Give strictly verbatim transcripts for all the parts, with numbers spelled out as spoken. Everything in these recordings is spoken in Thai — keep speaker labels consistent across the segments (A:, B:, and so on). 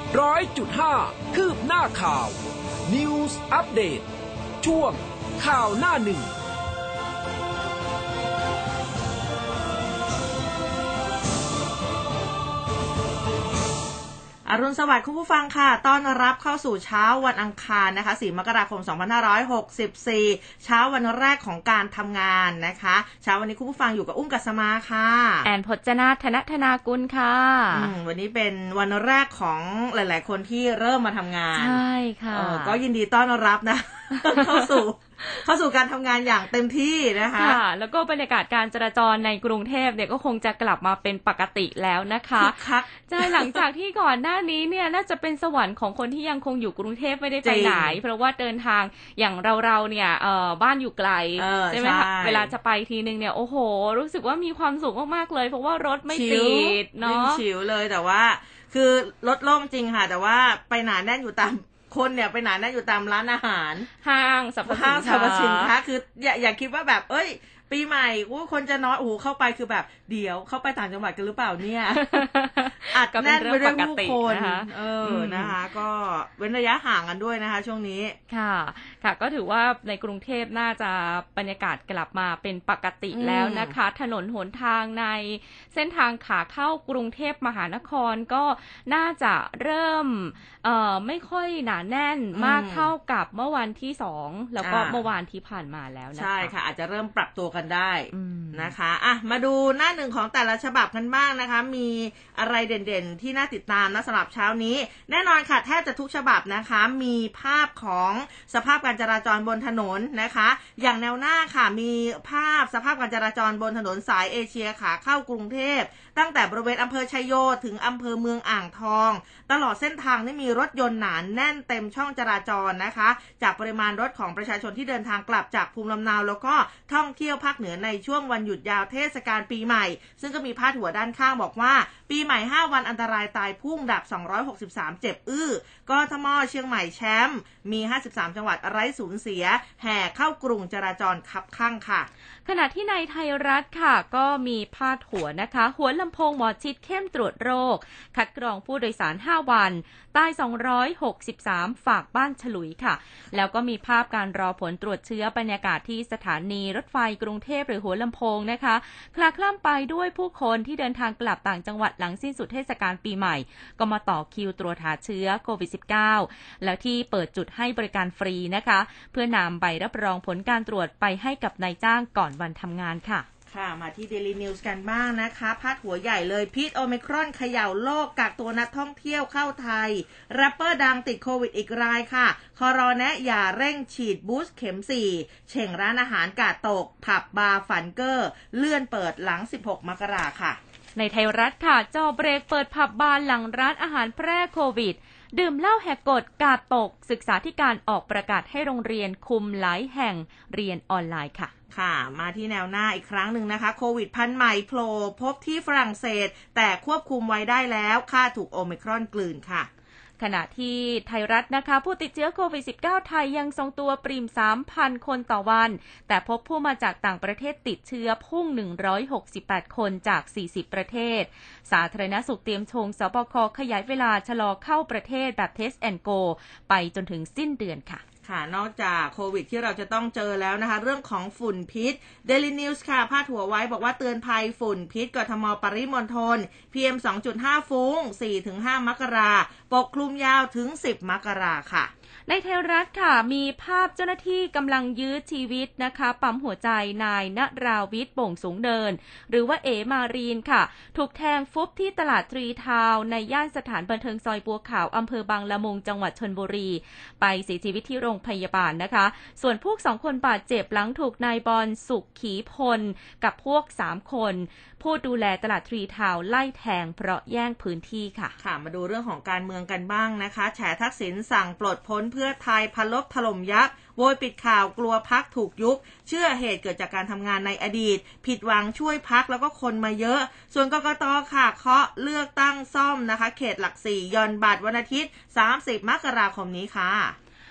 A: ร้อยจุดห้าคืบหน้าข่าว News Update ช่วงข่าวหน้าหนึ่ง
B: อรุณสวัสดิ์คุณผู้ฟังค่ะต้อนรับเข้าสู่เช้าวันอังคารนะคะสี่มกราคมสองพันห้าร้อยหกสิบสี่เช้าวันแรกของการทำงานนะคะเช้าวันนี้คุณผู้ฟังอยู่กับอุ้มกัสมาค่ะ
C: แอนพจนาธนธนากุลค่ะ
B: วันนี้เป็นวันแรกของหลายๆคนที่เริ่มมาทำงาน
C: ใช่ค่ะ
B: ก็ยินดีต้อนรับนะ เข้าสู่เข้าสู่การทำงานอย่างเต็มที่นะคะ
C: ค่ะแล้วก็บรรยากาศการจราจรในกรุงเทพเนี่ยก็คงจะกลับมาเป็นปกติแล้วนะคะใช่หลังจากที่ก่อนหน้านี้เนี่ยน่าจะเป็นสวรรค์ของคนที่ยังคงอยู่กรุงเทพไม่ได้ไปไหนเพราะว่าเดินทางอย่างเราๆเนี่ยบ้านอยู่ไกลใช่ไหมคะเวลาจะไปทีนึงเนี่ยโอ้โหรู้สึกว่ามีความสุขมากๆเลยเพราะว่ารถไม่ติดเนาะ
B: ชิวเลยแต่ว่าคือรถโล่งจริงค่ะแต่ว่าไปหนาแน่นอยู่ตามคนเนี่ยไปหนาแน่นอยู่ตามร้านอาหาร
C: ห้างสรรพสินค้า
B: ห้างสรรพสินค้าคืออย่าอย่าคิดว่าแบบเอ้ยปีใหม่โอ้คนจะน้อยโอ้โหเข้าไปคือแบบเดี๋ยวเข้าไปต่างจังหวัดกันหรือเปล่าเนี่ยอัดแน่นไปด้วยผู้คนเออนะคะก็เว้นระยะห่างกันด้วยนะคะช่วงนี้
C: ค่ะค่ะก็ถือว่าในกรุงเทพน่าจะบรรยากาศกลับมาเป็นปกติแล้วนะคะถนนหนทางในเส้นทางขาเข้ากรุงเทพมหานครก็น่าจะเริ่มเอ่อไม่ค่อยหนาแน่นมากเท่ากับเมื่อวันที่สองแล้วก็เมื่อวานที่ผ่านมาแล้วนะคะ
B: ใช่ค่ะอาจจะเริ่มปรับตัวกันได้นะคะอ่ะมาดูหน้าหนึ่งของแต่ละฉบับกันบ้างนะคะมีอะไรเด่นๆที่น่าติดตามนะสำหรับเช้านี้แน่นอนค่ะแทบจะทุกฉบับนะคะมีภาพของสภาพการจราจรบนถนนนะคะอย่างแนวหน้าค่ะมีภาพสภาพการจราจรบนถนนสายเอเชียขาเข้ากรุงเทพตั้งแต่บริเวณอำเภอชัยโยถึงอำเภอเมืองอ่างทองตลอดเส้นทางนี่มีรถยนต์หนาแน่นเต็มช่องจราจรนะคะจากปริมาณรถของประชาชนที่เดินทางกลับจากภูมิลำเนาแล้วก็ท่องเที่ยวภาคเหนือในช่วงวันหยุดยาวเทศกาลปีใหม่ซึ่งก็มีพาดหัวด้านข้างบอกว่าปีใหม่ห้าวันอันตรายตายพุ่งดับสองร้อยหกสิบสามเจ็บอื้อกทมเชียงใหม่แชมป์มีห้าสิบสามจังหวัดไร้สูญเสียแห่เข้ากรุงจราจรคับข้างค่ะ
C: ขณะที่ในไทยรัฐค่ะก็มีพาดหัวนะคะหัวลำโพงหมอชิดเข้มตรวจโรคคัดกรองผู้โดยสารห้าวันตายสองร้อยหกสิบสามฝากบ้านฉลุยค่ะแล้วก็มีภาพการรอผลตรวจเชื้อบรรยากาศที่สถานีรถไฟกรุงเทพหรือหัวลำโพงนะคะคลาคล่ำไปด้วยผู้คนที่เดินทางกลับต่างจังหวัดหลังสิ้นสุดเทศกาลปีใหม่ก็มาต่อคิวตรวจหาเชื้อโควิด สิบเก้า แล้วที่เปิดจุดให้บริการฟรีนะคะเพื่อนำใบรับรองผลการตรวจไปให้กับนายจ้างก่อนวันทำงานค่ะ
B: ค่ะมาที่ Daily News กันบ้างนะคะพาดหัวใหญ่เลยพิษโอไมครอนเขย่าโลกกักตัวนักท่องเที่ยวเข้าไทยแรปเปอร์ดังติดโควิดอีกรายค่ะครแนะอย่าเร่งฉีดบูสต์เข็มสี่เฉ่งร้านอาหารกาดตกผับบาร์ฝันเกอร์เลื่อนเปิดหลังสิบหกมกราคมค่ะ
C: ในไทยรัฐค่ะจอเบรกเปิดผับบาร์หลังร้านอาหารแพร่โควิดดื่มเหล้าแหกกฎกาดตกศึกษาธิการออกประกาศให้โรงเรียนคุมหลายแห่งเรียนออนไลน์ค่ะ
B: ค่ะมาที่แนวหน้าอีกครั้งหนึ่งนะคะโควิดพันธุ์ใหม่โผล่พบที่ฝรั่งเศสแต่ควบคุมไว้ได้แล้วค่าถูกโอไมครอนกลืนค่ะ
C: ขณะที่ไทยรัฐนะคะผู้ติดเชื้อโควิด สิบเก้า ไทยยังทรงตัวปริ่ม สามพัน คนต่อวันแต่พบผู้มาจากต่างประเทศติดเชื้อพุ่งหนึ่งร้อยหกสิบแปดคนจากสี่สิบประเทศสาธารณสุขเตรียมชงสบคขยายเวลาชะลอเข้าประเทศแบบ Test and Go ไปจนถึงสิ้นเดือนค่ะ
B: ค่ะนอกจากโควิดที่เราจะต้องเจอแล้วนะคะเรื่องของฝุ่นพิษ Daily News ค่ะพาดหัวไว้บอกว่าเตือนภัยฝุ่นพิษกทมปริมณฑล พี เอ็ม สองจุดห้า ฟุ้ง สี่ถึงห้า มกราปกคลุมยาวถึงสิบมกราค่ะ
C: ในไทยรัฐค่ะมีภาพเจ้าหน้าที่กำลังยื้อชีวิตนะคะปั๊มหัวใจนายณราวิทย์โป่งสูงเดินหรือว่าเอมารีนค่ะถูกแทงฟุบที่ตลาดทรีทาวน์ในย่านสถานบันเทิงซอยบัวขาวอำเภอบางละมุงจังหวัดชลบุรีไปเสียชีวิตที่โรงพยาบาลนะคะส่วนพวกสองคนบาดเจ็บหลังถูกนายบอลสุขขีพลกับพวกสามคนผู้ดูแลตลาดทรีทาวน์ไล่แทงเพราะแย่งพื้นที่ค่ะ
B: ค่ะมาดูเรื่องของการเมืองกันบ้างนะคะแฉทักษิณสั่งปลดพ้นเพื่อไทยพลบถล่มยักษ์โวยปิดข่าวกลัวพรรคถูกยุบเชื่อเหตุเกิดจากการทำงานในอดีตผิดหวังช่วยพรรคแล้วก็คนมาเยอะส่วนกกต.ค่ะเคาะเลือกตั้งซ่อมนะคะเขตหลักสี่ย่อนบัตรวันอาทิตย์สามสิบมกราคมนี้ค่ะ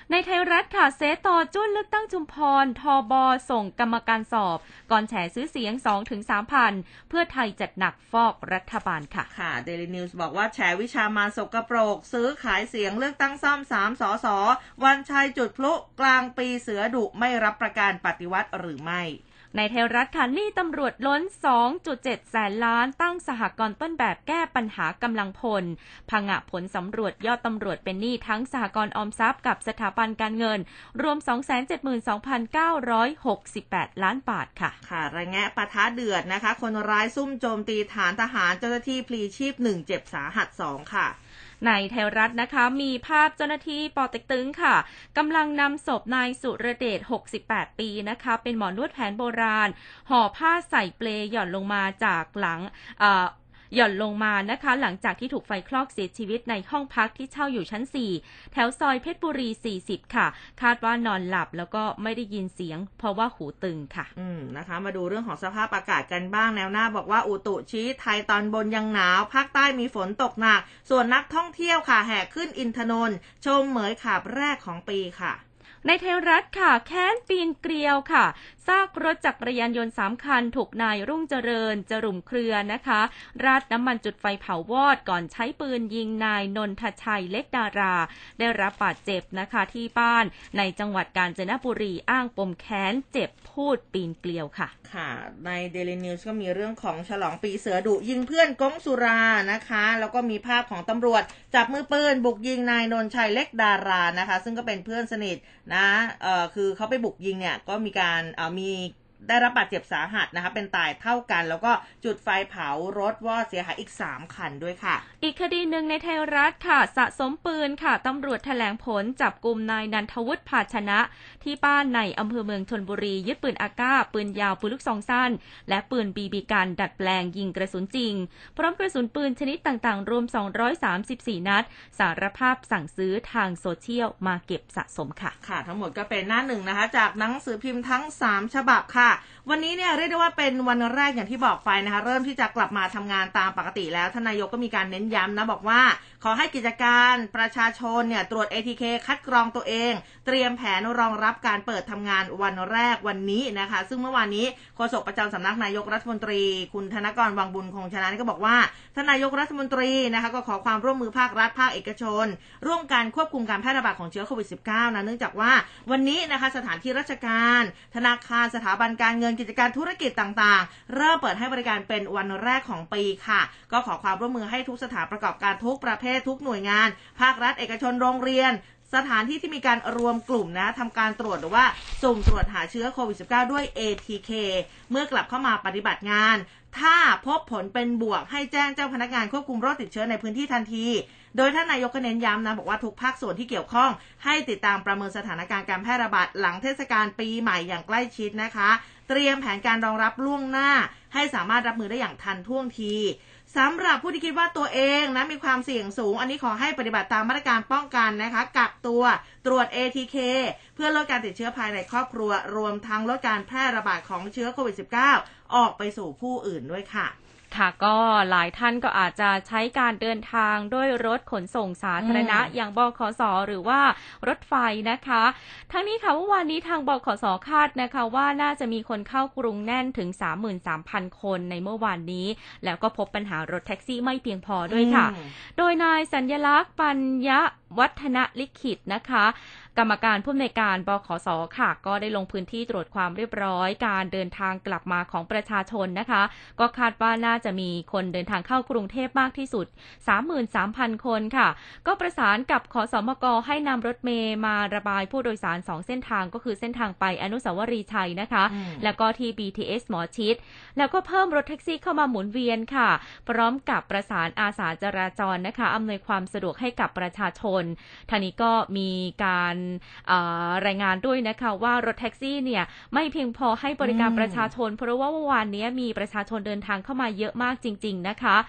C: ในไทยรัฐค่ะเสต่อจุ้นเลือกตั้งชุมพรทบส่งกรรมการสอบก่อนแฉซื้อเสียง สองถึงสามพัน เพื่อไทยจัดหนักฟอกรัฐบาลค่ะ
B: ค่ะ Daily News บอกว่าแฉวิชามารสกปรกซื้อขายเสียงเลือกตั้งซ่อมสามสสวันชัยจุดพลุกลางปีเสือดุไม่รับประกันปฏิวัติหรือไม่
C: ในไทยรัฐค่ะหนี้ตำรวจล้น สองจุดเจ็ด แสนล้านตั้งสหกรณ์ต้นแบบแก้ปัญหากำลังพลผงะผลสำรวจยอดตำรวจเป็นหนี้ทั้งสหกรณ์ออมทรัพย์กับสถาบันการเงินรวม สองแสนเจ็ดหมื่นสองพันเก้าร้อยหกสิบแปด ล้านบาทค่ะ
B: ค่ะระแงะปะทะเดือดนะคะคนร้ายซุ่มโจมตีฐานทหารเจ้าหน้าที่พลีชีพหนึ่งเจ็บสาหัสสองค่ะ
C: ในไทยรัฐนะคะมีภาพเจ้าหน้าที่ปอเต็กตึงค่ะกำลังนำศพนายสุรเดชหกสิบแปดปีนะคะเป็นหมอนวดแผนโบราณห่อผ้าใส่เปลหย่อนลงมาจากหลังเอ่อหย่อนลงมานะคะหลังจากที่ถูกไฟคลอกเสียชีวิตในห้องพักที่เช่าอยู่ชั้นสี่แถวซอยเพชรบุรีสี่สิบค่ะคาดว่านอนหลับแล้วก็ไม่ได้ยินเสียงเพราะว่าหูตึงค่ะ
B: อืมนะคะมาดูเรื่องของสภาพอากาศกันบ้างแนวหน้าบอกว่าอุตุชี้ไทยตอนบนยังหนาวภาคใต้มีฝนตกหนักส่วนนักท่องเที่ยวค่ะแห่ขึ้นอินทนนท์ชมเหมยขาบแรกของปีค่ะ
C: ในไทยรัฐค่ะแค้นปีนเกลียวค่ะซากรถจักรยานยนต์สามคันถูกนายรุ่งเจริญจรุมเครือนะคะราดน้ำมันจุดไฟเผาวอดก่อนใช้ปืนยิงนายนนทชัยเล็กดาราได้รับบาดเจ็บนะคะที่บ้านในจังหวัดกาญจนบุรีอ้างปมแค้นเจ็บพูดปีนเกลียวค่ะ
B: ค่ะใน Daily News ก็มีเรื่องของฉลองปีเสือดุยิงเพื่อนก๊งสุรานะคะแล้วก็มีภาพของตำรวจจับมือปืนบุกยิงนายนนทชัยเล็กดารานะคะซึ่งก็เป็นเพื่อนสนิทนะเอ่อคือเขาไปบุกยิงเนี่ยก็มีการเอ่อมีได้รับบาดเจ็บสาหัสนะคะเป็นตายเท่ากันแล้วก็จุดไฟเผารถวอดเสียหายอีกสามคันด้วยค่ะ
C: อีกคดีหนึ่งในไทยรัฐค่ะสะสมปืนค่ะตำรวจแถลงผลจับกุมนายนันทวุฒิภาชนะที่บ้านในอำเภอเมืองชลบุรียึดปืนอากาศปืนยาวปืนลูกซองสั้นและปืนบีบีกันดัดแปลงยิงกระสุนจริงพร้อมกระสุนปืนชนิดต่างๆรวมสองร้อยสามสิบสี่นัดสารภาพสั่งซื้อทางโซเชียลมาเก็บสะสมค่ะ
B: ค่ะทั้งหมดก็เป็นหน้าหนึ่งนะคะจากหนังสือพิมพ์ทั้งสามฉบับค่ะวันนี้เนี่ยเรียกได้ว่าเป็นวันแรกอย่างที่บอกไปนะคะเริ่มที่จะกลับมาทำงานตามปกติแล้วท่านนายกก็มีการเน้นย้ำนะบอกว่าขอให้กิจการประชาชนเนี่ยตรวจ เอ ที เค คัดกรองตัวเองเตรียมแผนรองรับการเปิดทำงานวันแรกวันนี้นะคะซึ่งเมื่อวานนี้โฆษกประจำสำนักนายกรัฐมนตรีคุณธนกรวังบุญคงชนะก็บอกว่าท่านนายกรัฐมนตรีนะคะก็ขอความร่วมมือภาครัฐภาคเอกชนร่วมกันควบคุมการแพร่ระบาดของเชื้อโควิด สิบเก้า นะเนื่องจากว่าวันนี้นะคะสถานที่ราชการธนาคารสถาบันการเงินกิจการธุรกิจต่างๆเริ่มเปิดให้บริการเป็นวันแรกของปีค่ะก็ขอความร่วมมือให้ทุกสถานประกอบการทุกประเภททุกหน่วยงานภาครัฐเอกชนโรงเรียนสถานที่ที่มีการรวมกลุ่มนะทำการตรวจหรือว่าสุ่มตรวจหาเชื้อโควิด สิบเก้า ด้วย เอ ที เค เมื่อกลับเข้ามาปฏิบัติงานถ้าพบผลเป็นบวกให้แจ้งเจ้าพนักงานควบคุมโรคติดเชื้อในพื้นที่ทันทีโดยท่านนายกก็เน้นย้ำนะบอกว่าทุกภาคส่วนที่เกี่ยวข้องให้ติดตามประเมินสถานการณ์การแพร่ระบาดหลังเทศกาลปีใหม่อย่างใกล้ชิดนะคะเตรียมแผนการรองรับล่วงหน้าให้สามารถรับมือได้อย่างทันท่วงทีสำหรับผู้ที่คิดว่าตัวเองนะมีความเสี่ยงสูงอันนี้ขอให้ปฏิบัติตามมาตรการป้องกันนะคะกักตัวตรวจ เอ ที เค เพื่อลดการติดเชื้อภายในครอบครัวรวมทั้งลดการแพร่ระบาดของเชื้อโควิด สิบเก้า ออกไปสู่ผู้อื่นด้วยค่ะ
C: ค่ะก็หลายท่านก็อาจจะใช้การเดินทางด้วยรถขนส่งสาธารณะอย่างบขส.หรือว่ารถไฟนะคะทั้งนี้ค่ะเมื่อวานนี้ทางบขส.คาดนะคะว่าน่าจะมีคนเข้ากรุงแน่นถึง สามหมื่นสามพัน คนในเมื่อวานนี้แล้วก็พบปัญหารถแท็กซี่ไม่เพียงพอด้วยค่ะโดยนายสัญลักษณ์ปัญญวัฒนลิขิตนะคะกรรมการผู้อำนวยการบขส.ค่ะก็ได้ลงพื้นที่ตรวจความเรียบร้อยการเดินทางกลับมาของประชาชนนะคะก็คาดว่าน่าจะมีคนเดินทางเข้ากรุงเทพมากที่สุด สามหมื่นสามพัน คนค่ะก็ประสานกับขสมกให้นำรถเมล์มาระบายผู้โดยสารสองเส้นทางก็คือเส้นทางไปอนุสาวรีย์ชัยนะคะแล้วก็ที่ บี ที เอส หมอชิตแล้วก็เพิ่มรถแท็กซี่เข้ามาหมุนเวียนค่ะพร้อมกับประสานอาสาจราจรนะคะอำนวยความสะดวกให้กับประชาชนทางนี้ก็มีการรายงานด้วยนะคะว่ารถแท็กซี่เนี่ยไม่เพียงพอให้บริการประชาชนเพราะว่าเมื่อวานนี้มีประชาชนเดินทางเข้ามาเยอะมากจริงๆนะคะ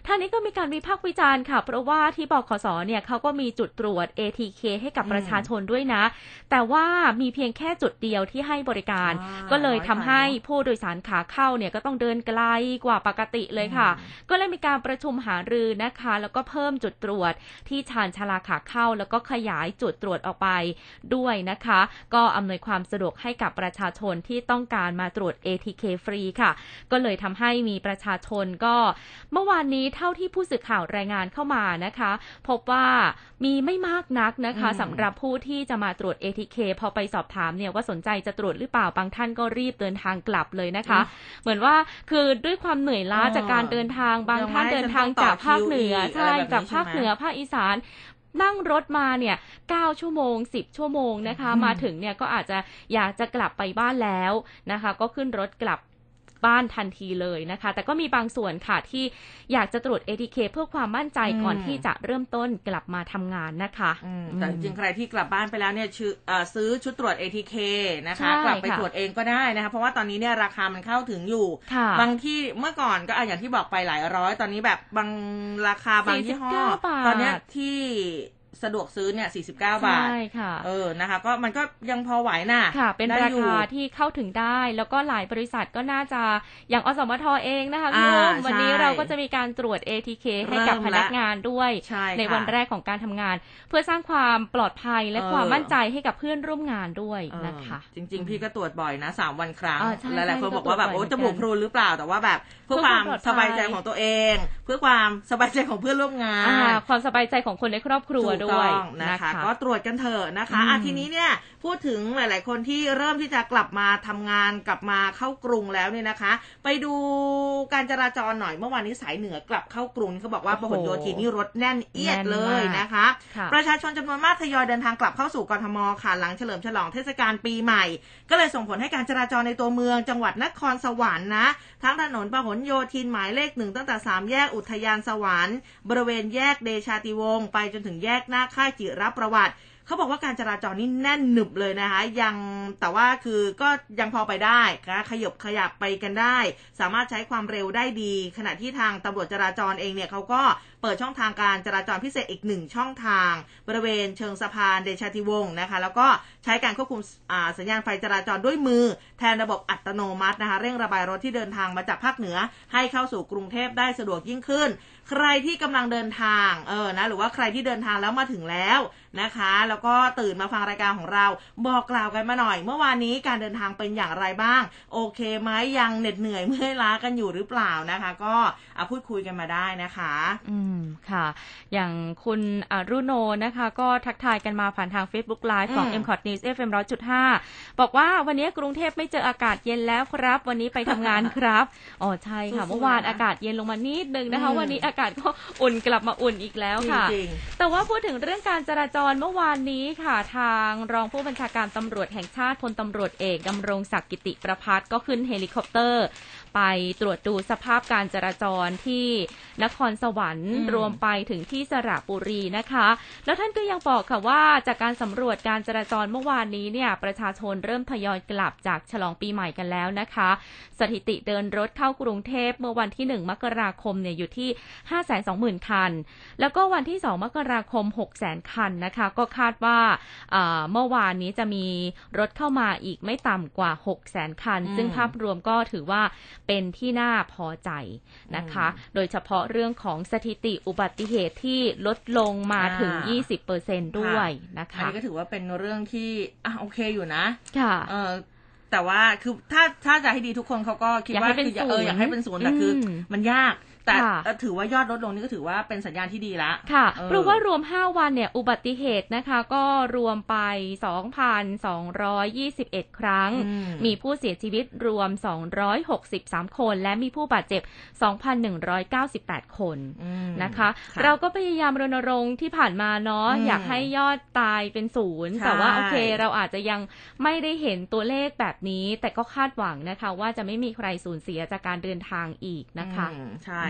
C: ทางนี้ก็มีการวิพากษ์วิจารณ์ค่ะเพราะว่าที่บขสเนี่ยเขาก็มีจุดตรวจ เอ ที เค ให้กับประชาชนด้วยนะแต่ว่ามีเพียงแค่จุดเดียวที่ให้บริการก็เลยทำให้ผู้โดยสารขาเข้าเนี่ยก็ต้องเดินไกลกว่าปกติเลยค่ะก็เลยมีการประชุมหารือนะคะแล้วก็เพิ่มจุดตรวจที่ชานชาลาขาเข้าแล้วก็ขยายจุดตรวจออกไปด้วยนะคะก็อำนวยความสะดวกให้กับประชาชนที่ต้องการมาตรวจ เอ ที เค ฟรีค่ะก็เลยทำให้มีประชาชนก็เมื่อวานนี้เท่าที่ผู้สื่อข่าวรายงานเข้ามานะคะพบว่ามีไม่มากนักนะคะสำหรับผู้ที่จะมาตรวจ เอ ที เค พอไปสอบถามเนี่ยว่าสนใจจะตรวจหรือเปล่าบางท่านก็รีบเดินทางกลับเลยนะคะเหมือนว่าคือด้วยความเหนื่อยล้าจากการเดินทางบางท่านเดินทางจากภาคเหนือใช่จากภาคเหนือภาคอีสานนั่งรถมาเนี่ยเก้าชั่วโมงสิบชั่วโมงนะคะมาถึงเนี่ยก็อาจจะอยากจะกลับไปบ้านแล้วนะคะก็ขึ้นรถกลับบ้านทันทีเลยนะคะแต่ก็มีบางส่วนค่ะที่อยากจะตรวจ เอ ที เค เพื่อความมั่นใจก่อนที่จะเริ่มต้นกลับมาทำงานนะคะ
B: แต่จริงๆใครที่กลับบ้านไปแล้วเนี่ยซื้อชุดตรวจ เอ ที เค นะคะกลับไปตรวจเองก็ได้นะคะเพราะว่าตอนนี้เนี่ยราคามันเข้าถึงอยู่บางที่เมื่อก่อนก็อย่างที่บอกไปหลายร้อยตอนนี้แบบบางราคาบางยี่ห้อตอนนี้ที่สะดวกซื้อเนี่ยสี่สิบเก้าบาทใช่ค่ะเออนะคะก็มันก็ยังพอไหวน่ะ
C: ค่ะเป็นราคาที่เข้าถึงได้แล้วก็หลายบริษัทก็น่าจะอย่างอสมทเองนะคะพี่อุ้มวันนี้เราก็จะมีการตรวจ เอ ที เค ให้กับพนักงานด้วยในวันแรกของการทำงานเพื่อสร้างความปลอดภัยและความมั่นใจให้กับเพื่อนร่วมงานด้วยนะคะ
B: จริงๆพี่ก็ตรวจบ่อยนะสามวันครั้งหลายๆคนบอกว่าแบบโอ้จมูกพรุนหรือเปล่าแต่ว่าแบบเพื่อความสบายใจของตัวเองเพื่อความสบายใจของเพื่อนร่วมงาน
C: ความสบายใจของคนในครอบครัวด้วย
B: นะคะก็ตรวจกันเถอะนะคะอ่ะทีนี้เนี่ยพูดถึงหลายๆคนที่เริ่มที่จะกลับมาทำงานกลับมาเข้ากรุงแล้วเนี่ยนะคะไปดูการจราจรหน่อยเมื่อวานนี้สายเหนือกลับเข้ากรุงเขาบอกว่าพหลโยธินนี่รถแน่นเอียดเลยนะคะประชาชนจำนวนมากทยอยเดินทางกลับเข้าสู่กทมค่ะหลังเฉลิมฉลองเทศกาลปีใหม่ก็เลยส่งผลให้การจราจรในตัวเมืองจังหวัดนครสวรรค์นะทั้งถนนพหลโยธินหมายเลขหนึ่งตั้งแต่สามแยกอุทยานสวรรค์บริเวณแยกเดชาติวงศ์ไปจนถึงแยกหน้าค่ายจิรประวัติเขาบอกว่าการจราจรนี่แน่นหนึบเลยนะคะยังแต่ว่าคือก็ยังพอไปได้นะขยบขยับไปกันได้สามารถใช้ความเร็วได้ดีขณะที่ทางตำรวจจราจรเองเนี่ยเขาก็เปิดช่องทางการจราจรพิเศษอีกหนึ่งช่องทางบริเวณเชิงสะพานเดชาติวงศ์นะคะแล้วก็ใช้การควบคุมสัญญาณไฟจราจรด้วยมือแทนระบบอัตโนมัตินะคะเร่งระบายรถที่เดินทางมาจากภาคเหนือให้เข้าสู่กรุงเทพได้สะดวกยิ่งขึ้นใครที่กำลังเดินทางเออนะหรือว่าใครที่เดินทางแล้วมาถึงแล้วนะคะแล้วก็ตื่นมาฟังรายการของเราบอกกล่าวกันมาหน่อยเมื่อวานนี้การเดินทางเป็นอย่างไรบ้างโอเคไหมยังเหน็ดเหนื่อยเมื่อยล้ากันอยู่หรือเปล่านะคะก็เอาพูดคุยกันมาได้นะคะ
C: อืมค่ะอย่างคุณอรุโนนะคะก็ทักทายกันมาผ่านทาง Facebook Live ของ เอ็ม คอท News เอฟ เอ็ม หนึ่งร้อยจุดห้า บอกว่าวันนี้กรุงเทพไม่เจออากาศเย็นแล้วครับวันนี้ไปทำงานครับอ๋อใช่ค่ะเมื่อวานอากาศเย็นลงมานิดนึงนะคะวันนี้อากาศก็อุ่นกลับมาอุ่นอีกแล้วค่ะแต่ว่าพูดถึงเรื่องการจราจรเมื่อวานนี้ค่ะทางรองผู้บัญชาการตำรวจแห่งชาติพลตำรวจเอกดำรงศักดิ์กิติประภัสก็ขึ้นเฮลิคอปเตอร์ไปตรวจดูสภาพการจราจรที่นครสวรรค์รวมไปถึงที่สระบุรีนะคะแล้วท่านก็ยังบอกค่ะว่าจากการสำรวจการจราจรเมื่อวานนี้เนี่ยประชาชนเริ่มทยอยกลับจากฉลองปีใหม่กันแล้วนะคะสถิติเดินรถเข้ากรุงเทพเมื่อวันที่หนึ่งมกราคมเนี่ยอยู่ที่ ห้าแสนสองหมื่น คันแล้วก็วันที่สองมกราคม หกแสน คันนะคะก็คาดว่าเมื่อวานนี้จะมีรถเข้ามาอีกไม่ต่ำกว่า หกแสน คันซึ่งภาพรวมก็ถือว่าเป็นที่น่าพอใจนะคะโดยเฉพาะเรื่องของสถิติอุบัติเหตุที่ลดลงมาถึง ยี่สิบเปอร์เซ็นต์ ด้วยนะคะ
B: อันนี้ก็ถือว่าเป็นเรื่องที่อ่ะโอเคอยู่นะ
C: ค่ะ
B: เออแต่ว่าคือถ้าถ้าจะให้ดีทุกคนเขาก็คิดว่าคือเอออยากให้เป็นศูนย์แต่คือมันยากแต่ถือว่ายอดลดลงนี่ก็ถือว่าเป็นสัญญาณที่ดีละ
C: ค่ะเพราะว่ารวมห้าวันเนี่ยอุบัติเหตุนะคะก็รวมไป สองพันสองร้อยยี่สิบเอ็ด ครั้งมีผู้เสียชีวิตรวมสองร้อยหกสิบสามคนและมีผู้บาดเจ็บ สองพันหนึ่งร้อยเก้าสิบแปด คนนะคะเราก็พยายามรณรงค์ที่ผ่านมาเนาะอยากให้ยอดตายเป็นศูนย์แต่ว่าโอเคเราอาจจะยังไม่ได้เห็นตัวเลขแบบนี้แต่ก็คาดหวังนะคะว่าจะไม่มีใครสูญเสียจากการเดินทางอีกนะคะ
B: ใช่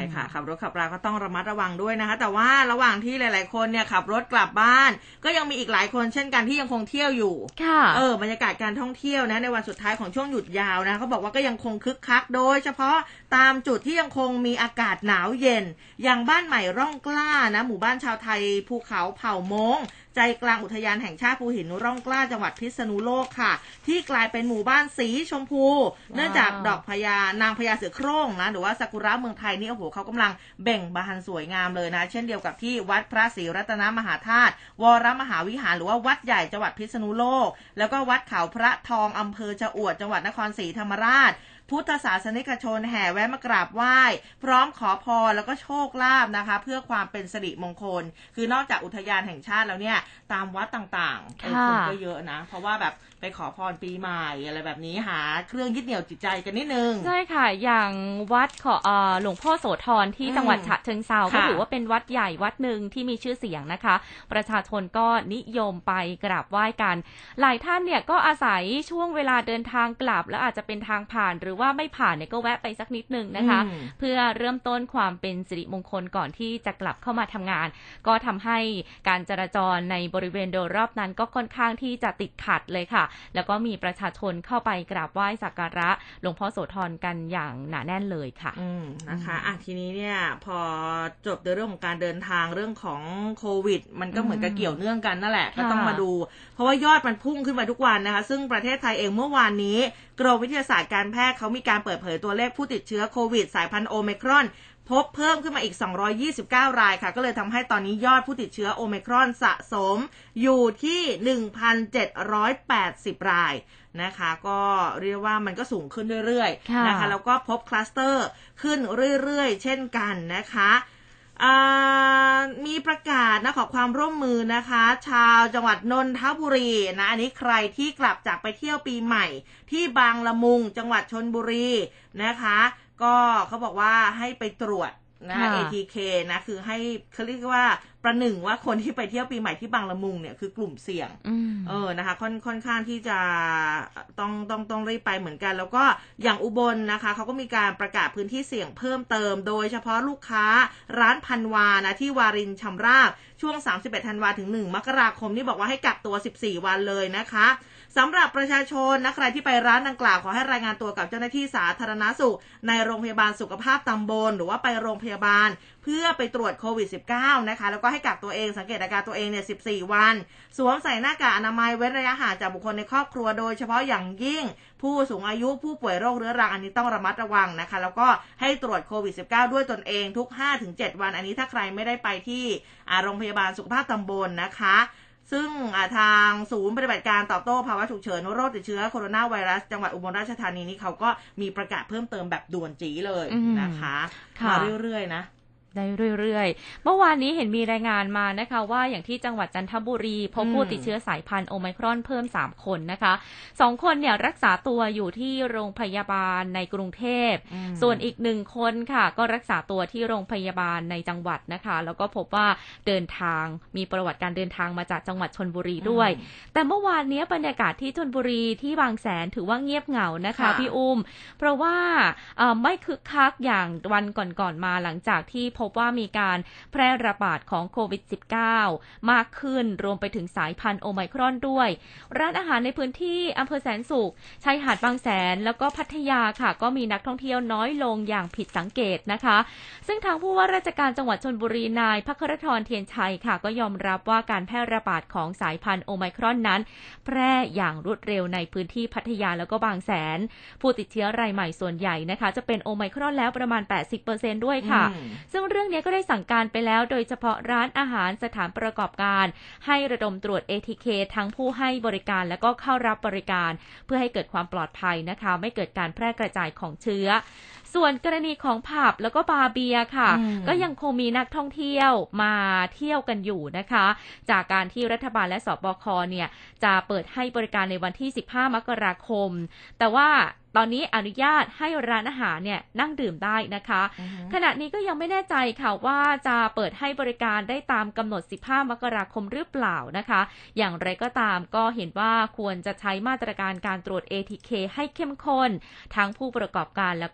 B: ค่ะขับรถขับราก็ต้องระมัดระวังด้วยนะคะแต่ว่าระหว่างที่หลายๆคนเนี่ยขับรถกลับบ้านก็ยังมีอีกหลายคนเช่นกันที่ยังคงเที่ยวอยู่
C: ค่ะ
B: เออบรรยากาศการท่องเที่ยวนะในวันสุดท้ายของช่วงหยุดยาวนะเขาบอกว่าก็ยังคงคึกคักโดยเฉพาะตามจุดที่ยังคงมีอากาศหนาวเย็นอย่างบ้านใหม่ร่องกล้านะหมู่บ้านชาวไทยภูเขาเผ่ามงใจกลางอุทยานแห่งชาติภูหินร่องกล้าจังหวัดพิษณุโลกค่ะที่กลายเป็นหมู่บ้านสีชมพูเนื่องจากดอกพญานางพญาเสือโคร่งนะหรือว่าซากุระเมืองไทยนี่โอ้โหเขากำลังเบ่งบานสวยงามเลยนะเช่นเดียวกับที่วัดพระศรีรัตนมหาธาตุวรมหาวิหารหรือว่าวัดใหญ่จังหวัดพิษณุโลกแล้วก็วัดเขาพระทองอำเภอชะอวดจังหวัดนครศรีธรรมราชพุทธศาสนิกชนแห่แวะมากราบไหว้พร้อมขอพรแล้วก็โชคลาภนะคะเพื่อความเป็นสิริมงคลคือนอกจากอุทยานแห่งชาติแล้วเนี่ยตามวัดต่างๆคนก็เยอะนะเพราะว่าแบบไปขอพรปีใหม่อะไรแบบนี้หาเครื่องยึดเหนี่ยวจิตใจกันนิดนึง
C: ใช่ค่ะอย่างวัดขอเอ่อหลวงพ่อโสธรที่จังหวัดฉะเชิงเทราก็ถือว่าเป็นวัดใหญ่วัดหนึ่งที่มีชื่อเสียงนะคะประชาชนก็นิยมไปกราบไหว้กันหลายท่านเนี่ยก็อาศัยช่วงเวลาเดินทางกลับแล้วอาจจะเป็นทางผ่านหรือว่าไม่ผ่านเนี่ยก็แวะไปสักนิดนึงนะคะเพื่อเริ่มต้นความเป็นสิริมงคลก่อนที่จะกลับเข้ามาทำงานก็ทำให้การจราจรในบริเวณโดยรอบนั้นก็ค่อนข้างที่จะติดขัดเลยค่ะแล้วก็มีประชาชนเข้าไปกราบไหว้สักการะหลวงพ่อโสธรกันอย่างหนาแน่นเลยค่ะ
B: อืมนะคะอ่ะทีนี้เนี่ยพอจบในเรื่องของการเดินทางเรื่องของโควิดมันก็เหมือนกับเกี่ยวเนื่องกันนั่นแหละก็ต้องมาดูเพราะว่ายอดมันพุ่งขึ้นมาทุกวันนะคะซึ่งประเทศไทยเองเมื่อวานนี้กรมวิทยาศาสตร์การแพทย์เขามีการเปิดเผยตัวเลขผู้ติดเชื้อโควิดสายพันธุ์โอไมครอนพบเพิ่มขึ้นมาอีกสองร้อยยี่สิบเก้ารายค่ะก็เลยทำให้ตอนนี้ยอดผู้ติดเชื้อโอไมครอนสะสมอยู่ที่ หนึ่งพันเจ็ดร้อยแปดสิบ รายนะคะก็เรียกว่ามันก็สูงขึ้นเรื่อยๆนะคะแล้วก็พบคลัสเตอร์ขึ้นเรื่อยๆเช่นกันนะคะมีประกาศนะขอความร่วมมือนะคะชาวจังหวัดนนทบุรีนะอันนี้ใครที่กลับจากไปเที่ยวปีใหม่ที่บางละมุงจังหวัดชลบุรีนะคะก็เขาบอกว่าให้ไปตรวจนะ เอ ที เค นะคือให้เขาเรียกว่าประหนึ่งว่าคนที่ไปเที่ยวปีใหม่ที่บางละมุงเนี่ยคือกลุ่มเสี่ยงเออนะคะค่อนค่อนข้างที่จะต้องต้องต้องรีบไปเหมือนกันแล้วก็อย่างอุบลนะคะเขาก็มีการประกาศพื้นที่เสี่ยงเพิ่มเติมโดยเฉพาะลูกค้าร้านพันวานะที่วารินชำราบช่วงสามสิบเอ็ดธันวาถึงหนึ่งมกราคมนี่บอกว่าให้กักตัวสิบสี่วันเลยนะคะสำหรับประชาชนนะใครที่ไปร้านดังกล่าวขอให้รายงานตัวกับเจ้าหน้าที่สาธารณสุขในโรงพยาบาลสุขภาพตำบลหรือว่าไปโรงพยาบาลเพื่อไปตรวจโควิด สิบเก้า นะคะแล้วก็ให้กักตัวเองสังเกตอาการตัวเองเนี่ยสิบสี่วันสวมใส่หน้ากากอนามัยเว้นระยะห่างจากบุคคลในครอบครัวโดยเฉพาะอย่างยิ่งผู้สูงอายุผู้ป่วยโรคเรื้อรังอันนี้ต้องระมัดระวังนะคะแล้วก็ให้ตรวจโควิด สิบเก้า ด้วยตนเองทุก ห้าถึงเจ็ด วันอันนี้ถ้าใครไม่ได้ไปที่โรงพยาบาลสุขภาพตำบลนะคะซึ่งทางศูนย์ปฏิบัติการตอบโต้ภาวะฉุกเฉินโรคติดเชื้อโคโรนาไวรัสจังหวัดอุบลราชธานีนี้เขาก็มีประกาศเพิ่มเติมแบบด่วนจี๋เลยนะคะมาเรื่อยๆนะ
C: ได้เรื่อยๆเมื่อวานนี้เห็นมีรายงานมานะคะว่าอย่างที่จังหวัดจันทบุรีพบผู้ติดเชื้อสายพันธุ์โอไมครอนเพิ่มสามคนนะคะสองคนเนี่ยรักษาตัวอยู่ที่โรงพยาบาลในกรุงเทพส่วนอีกหนึ่งคนค่ะก็รักษาตัวที่โรงพยาบาลในจังหวัดนะคะแล้วก็พบว่าเดินทางมีประวัติการเดินทางมาจากจังหวัดชลบุรีด้วยแต่เมื่อวานนี้บรรยากาศที่ชลบุรีที่บางแสนถือว่าเงียบเหงานะคะพี่อุ้มเพราะว่าไม่คึกคักอย่างวันก่อนๆมาหลังจากที่พบว่ามีการแพร่ระบาดของโควิด สิบเก้า มากขึ้นรวมไปถึงสายพันธุ์โอไมครอนด้วยร้านอาหารในพื้นที่อำเภอแสนสุขชายหาดบางแสนแล้วก็พัทยาค่ะก็มีนักท่องเที่ยวน้อยลงอย่างผิดสังเกตนะคะซึ่งทางผู้ว่าราชการจังหวัดชลบุรีนายภัครธรเทียนชัยค่ะก็ยอมรับว่าการแพร่ระบาดของสายพันธุ์โอไมครอนนั้นแพร่อย่างรวดเร็วในพื้นที่พัทยาแล้วก็บางแสนผู้ติดเชื้อรายใหม่ส่วนใหญ่นะคะจะเป็นโอไมครอนแล้วประมาณ แปดสิบเปอร์เซ็นต์ ด้วยค่ะซึ่งเรื่องนี้ก็ได้สั่งการไปแล้วโดยเฉพาะร้านอาหารสถานประกอบการให้ระดมตรวจ เอ ที เค ทั้งผู้ให้บริการและก็เข้ารับบริการเพื่อให้เกิดความปลอดภัยนะคะไม่เกิดการแพร่กระจายของเชื้อส่วนกรณีของผับแล้วก็บาร์เบียค่ะก็ยังคงมีนักท่องเที่ยวมาเที่ยวกันอยู่นะคะจากการที่รัฐบาลและสบคเนี่ยจะเปิดให้บริการในวันที่สิบห้ามกราคมแต่ว่าตอนนี้อนุญาตให้ร้านอาหารเนี่ยนั่งดื่มได้นะคะ uh-huh. ขณะนี้ก็ยังไม่แน่ใจค่ะว่าจะเปิดให้บริการได้ตามกำหนดสิบห้ามกราคมหรือเปล่านะคะอย่างไรก็ตามก็เห็นว่าควรจะใช้มาตรการการตรวจ เอ ที เค ให้เข้มข้นทั้งผู้ประกอบการแล้วก็ผู้เข้า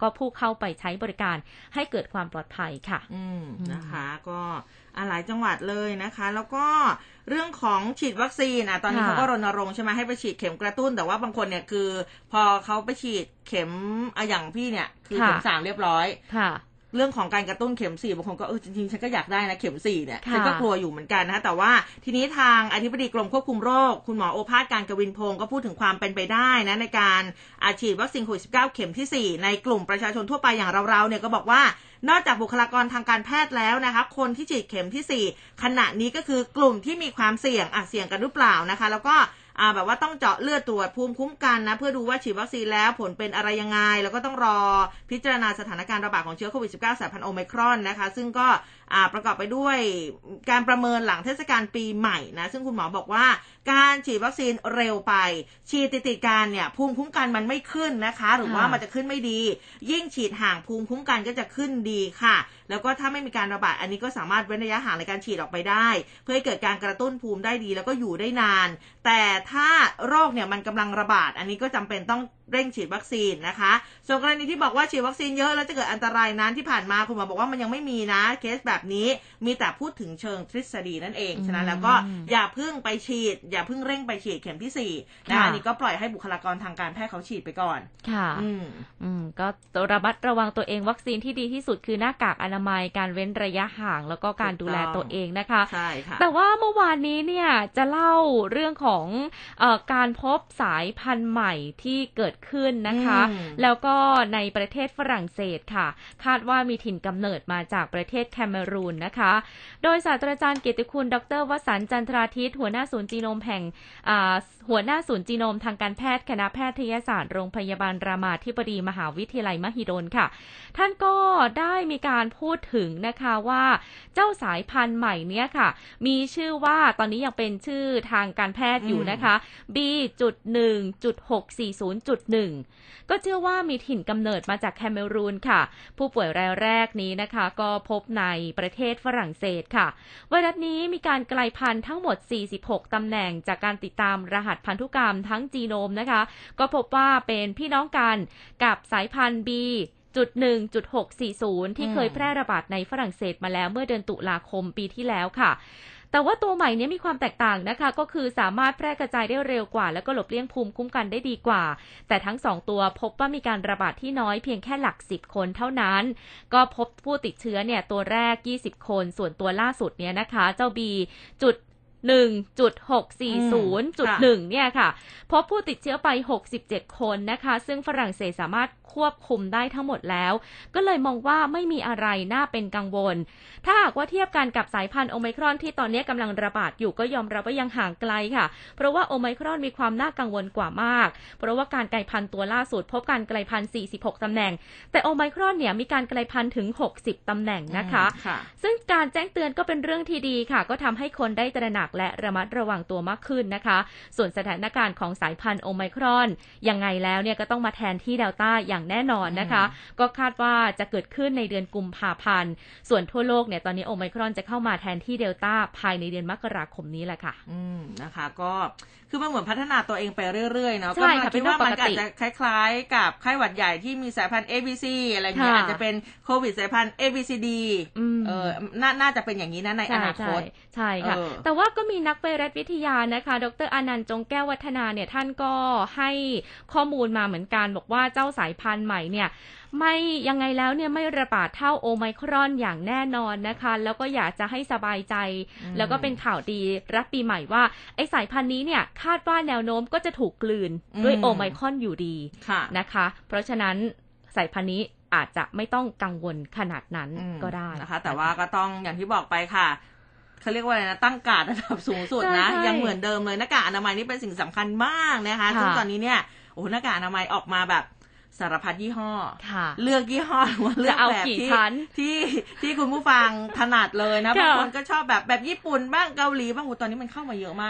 C: เข้าไปใช้บริการให้เกิดความปลอดภัยค่ะ
B: อืมนะคะก็หลายจังหวัดเลยนะคะแล้วก็เรื่องของฉีดวัคซีนอ่ะตอนนี้เขาก็รณรงค์ใช่ไหมให้ไปฉีดเข็มกระตุ้นแต่ว่าบางคนเนี่ยคือพอเขาไปฉีดเข็มอ่ะอย่างพี่เนี่ยคือเข็มสามเรียบร้อย
C: ค่ะ
B: เรื่องของการกระตุ้นเข็มสี่บางคนก็เออจริงๆฉันก็อยากได้นะเข็มสี่เนี่ยฉันก็กลัวอยู่เหมือนกันนะคะแต่ว่าทีนี้ทางอธิบดีกรมควบคุมโรคคุณหมอโอภาสการกวินพงศ์ก็พูดถึงความเป็นไปได้นะในการฉีดวัคซีนโควิด สิบเก้า เข็มที่สี่ในกลุ่มประชาชนทั่วไปอย่างเราๆเนี่ยก็บอกว่านอกจากบุคลากรทางการแพทย์แล้วนะคะคนที่ฉีดเข็มที่สี่ขณะนี้ก็คือกลุ่มที่มีความเสี่ยงอ่ะเสี่ยงกันหรือเปล่านะคะแล้วก็อ่าแบบว่าต้องเจาะเลือดตรวจภูมิคุ้มกันนะเพื่อดูว่าฉีดวัคซีนแล้วผลเป็นอะไรยังไงแล้วก็ต้องรอพิจารณาสถานการณ์ระบาดของเชื้อโควิด สิบเก้า สายพันธุ์โอไมครอนนะคะซึ่งก็อ่าประกอบไปด้วยการประเมินหลังเทศกาลปีใหม่นะซึ่งคุณหมอบอกว่าการฉีดวัคซีนเร็วไปฉีดติดๆกันเนี่ยภูมิคุ้มกันมันไม่ขึ้นนะคะหรือว่ามันจะขึ้นไม่ดียิ่งฉีดห่างภูมิคุ้มกันก็จะขึ้นดีค่ะแล้วก็ถ้าไม่มีการระบาดอันนี้ก็สามารถเว้นระยะห่างในการฉีดออกไปได้เพื่อให้เกิดการกระตุ้นภูมิได้ดีแล้วก็อยู่ได้นานแต่ถ้าโรคเนี่ยมันกำลังระบาดอันนี้ก็จำเป็นต้องเร่งฉีดวัคซีนนะคะส่วนกรณีที่บอกว่าฉีดวัคซีนเยอะแล้วจะเกิดอันตรายนั้นที่ผ่านมาคุณหมอบอกว่ามันยังไม่มีนะเคสแบบนี้มีแต่พูดถึงเชิงทฤษฎีนั่นเองฉะนั้นแล้วก็อย่าเพิ่งไปฉีดอย่าเพิ่งเร่งไปฉีดเข็มที่สี่นะอันนี้ก็ปล่อยให้บุคลากรทางการแพทย์เขาฉีดไปก่อน
C: ค่ะอืมอืมก็ระมัดระวังตัวเองวัคซีนที่ดีที่สุดคือหน้ากากอนามัยการเว้นระยะห่างแล้วก็การดูแลตัวเองนะคะ
B: ใช่ค่ะ
C: แต่ว่าเมื่อวานนี้เนี่ยจะเล่าเรื่องของเอ่อการพบสายพันธุ์ใหม่ที่เกิดขึ้นนะคะแล้วก็ในประเทศฝรั่งเศสค่ะคาดว่ามีถิ่นกำเนิดมาจากประเทศแคเมรูนนะคะโดยศาสตราจารย์เกียรติคุณดร.วสันต์จันทราทิตหัวหน้าศูนย์จีโนมแห่งหัวหน้าศูนย์จีโนมทางการแพทย์คณะแพทยศาสตร์โรงพยาบาลรามาธิบดีมหาวิทยาลัยมหิดลค่ะท่านก็ได้มีการพูดถึงนะคะว่าเจ้าสายพันธุ์ใหม่เนี้ยค่ะมีชื่อว่าตอนนี้ยังเป็นชื่อทางการแพทย์อยู่นะคะ บี หนึ่ง หก สี่ ศูนย์ หนึ่ง ก็เชื่อว่ามีถิ่นกำเนิดมาจากแคเมรูนค่ะผู้ป่วยรายแรกนี้นะคะก็พบในประเทศฝรั่งเศสค่ะไวรัสนี้มีการกลายพันธุ์ทั้งหมดสี่สิบหกตำแหน่งจากการติดตามรหัสพันธุกรรมทั้งจีโนมนะคะก็พบว่าเป็นพี่น้องกันกับสายพันธุ์ บี จุด หนึ่ง จุด หก สี่ ศูนย์ ที่เคยแพร่ระบาดในฝรั่งเศสมาแล้วเมื่อเดือนตุลาคมปีที่แล้วค่ะแต่ว่าตัวใหม่นี้มีความแตกต่างนะคะก็คือสามารถแพร่กระจายได้เร็วกว่าแล้วก็หลบเลี่ยงภูมิคุ้มกันได้ดีกว่าแต่ทั้งสองตัวพบว่ามีการระบาดที่น้อยเพียงแค่หลักสิบคนเท่านั้นก็พบผู้ติดเชื้อเนี่ยตัวแรกยี่สิบคนส่วนตัวล่าสุดเนี่ยนะคะเจ้า บี จุด หนึ่ง จุด หก สี่ ศูนย์ จุด หนึ่ง เนี่ยค่ะพบผู้ติดเชื้อไปหกสิบเจ็ดคนนะคะซึ่งฝรั่งเศสสามารถควบคุมได้ทั้งหมดแล้วก็เลยมองว่าไม่มีอะไรน่าเป็นกังวลถ้าหากว่าเทียบกันกับสายพันธุ์โอไมครอนที่ตอนนี้กำลังระบาดอยู่ก็ยอมรับว่ายังห่างไกลค่ะเพราะว่าโอไมครอนมีความน่ากังวลกว่ามากเพราะว่าการกลายพันธุ์ตัวล่าสุดพบการกลายพันธุ์สี่สิบหกตำแหน่งแต่โอไมครอนเนี่ยมีการกลายพันธุ์ถึงหกสิบตำแหน่งนะคะซึ่งการแจ้งเตือนก็เป็นเรื่องที่ดีค่ะก็ทำให้คนได้ตระหนักและระมัดระวังตัวมากขึ้นนะคะส่วนสถานการณ์ของสายพันธุ์โอไมครอนยังไงแล้วเนี่ยก็ต้องมาแทนที่เดลต้าอย่างแน่นอนนะคะก็คาดว่าจะเกิดขึ้นในเดือนกุมภาพันธ์ส่วนทั่วโลกเนี่ยตอนนี้โอไมครอนจะเข้ามาแทนที่เดลต้าภายในเดือนมกราคมนี้แหละค่ะ
B: อืมนะคะก็คือมันเหมือนพัฒนาตัวเองไปเรื่อยๆเนาะก็คิดว่ามันอาจจะคล้ายๆกับไข้หวัดใหญ่ที่มีสายพันธุ์ เอ บี ซี อะไรอย่างเงี้ยอาจจะเป็นโควิดสายพันธุ์ เอ บี ซี ดี เออน่าจะเป็นอย่างนี้นะในอนาคต
C: ใช่ค่ะแต่ว่าก็มีนักไวรัสวิทยานะคะดร.อานันต์จงแก้ววัฒนาเนี่ยท่านก็ให้ข้อมูลมาเหมือนกันบอกว่าเจ้าสายพันธุ์ใหม่เนี่ยไม่ยังไงแล้วเนี่ยไม่ระบาดเท่าโอไมครอนอย่างแน่นอนนะคะแล้วก็อยากจะให้สบายใจแล้วก็เป็นข่าวดีรับปีใหม่ว่าไอ้สายพันธุ์นี้เนี่ยคาดว่าแนวโน้มก็จะถูกกลืนด้วยโอไมครอนอยู่ดีนะคะเพราะฉะนั้นสายพันธุ์นี้อาจจะไม่ต้องกังวลขนาดนั้นก็ได้
B: นะคะแต่ว่าก็ต้องอย่างที่บอกไปค่ะเขาเรียกว่าอะไรนะตั้งการ์ดระดับสูงสุดนะยังเหมือนเดิมเลยหน้ากากอนามัยนี่เป็นสิ่งสำคัญมากนะคะซึ่งตอนนี้เนี่ยโอ้หน้ากากอนามัยออกมาแบบสารพัดยี่ห้อเลือกยี่ห้อว่าเลือกแบบที่ที่ที่คุณผู้ฟังถนัดเลยนะบางคนก็ชอบแบบแบบญี่ปุ่นบ้างเกาหลีบ้างตอนนี้มันเข้ามาเยอะมากอ่ะ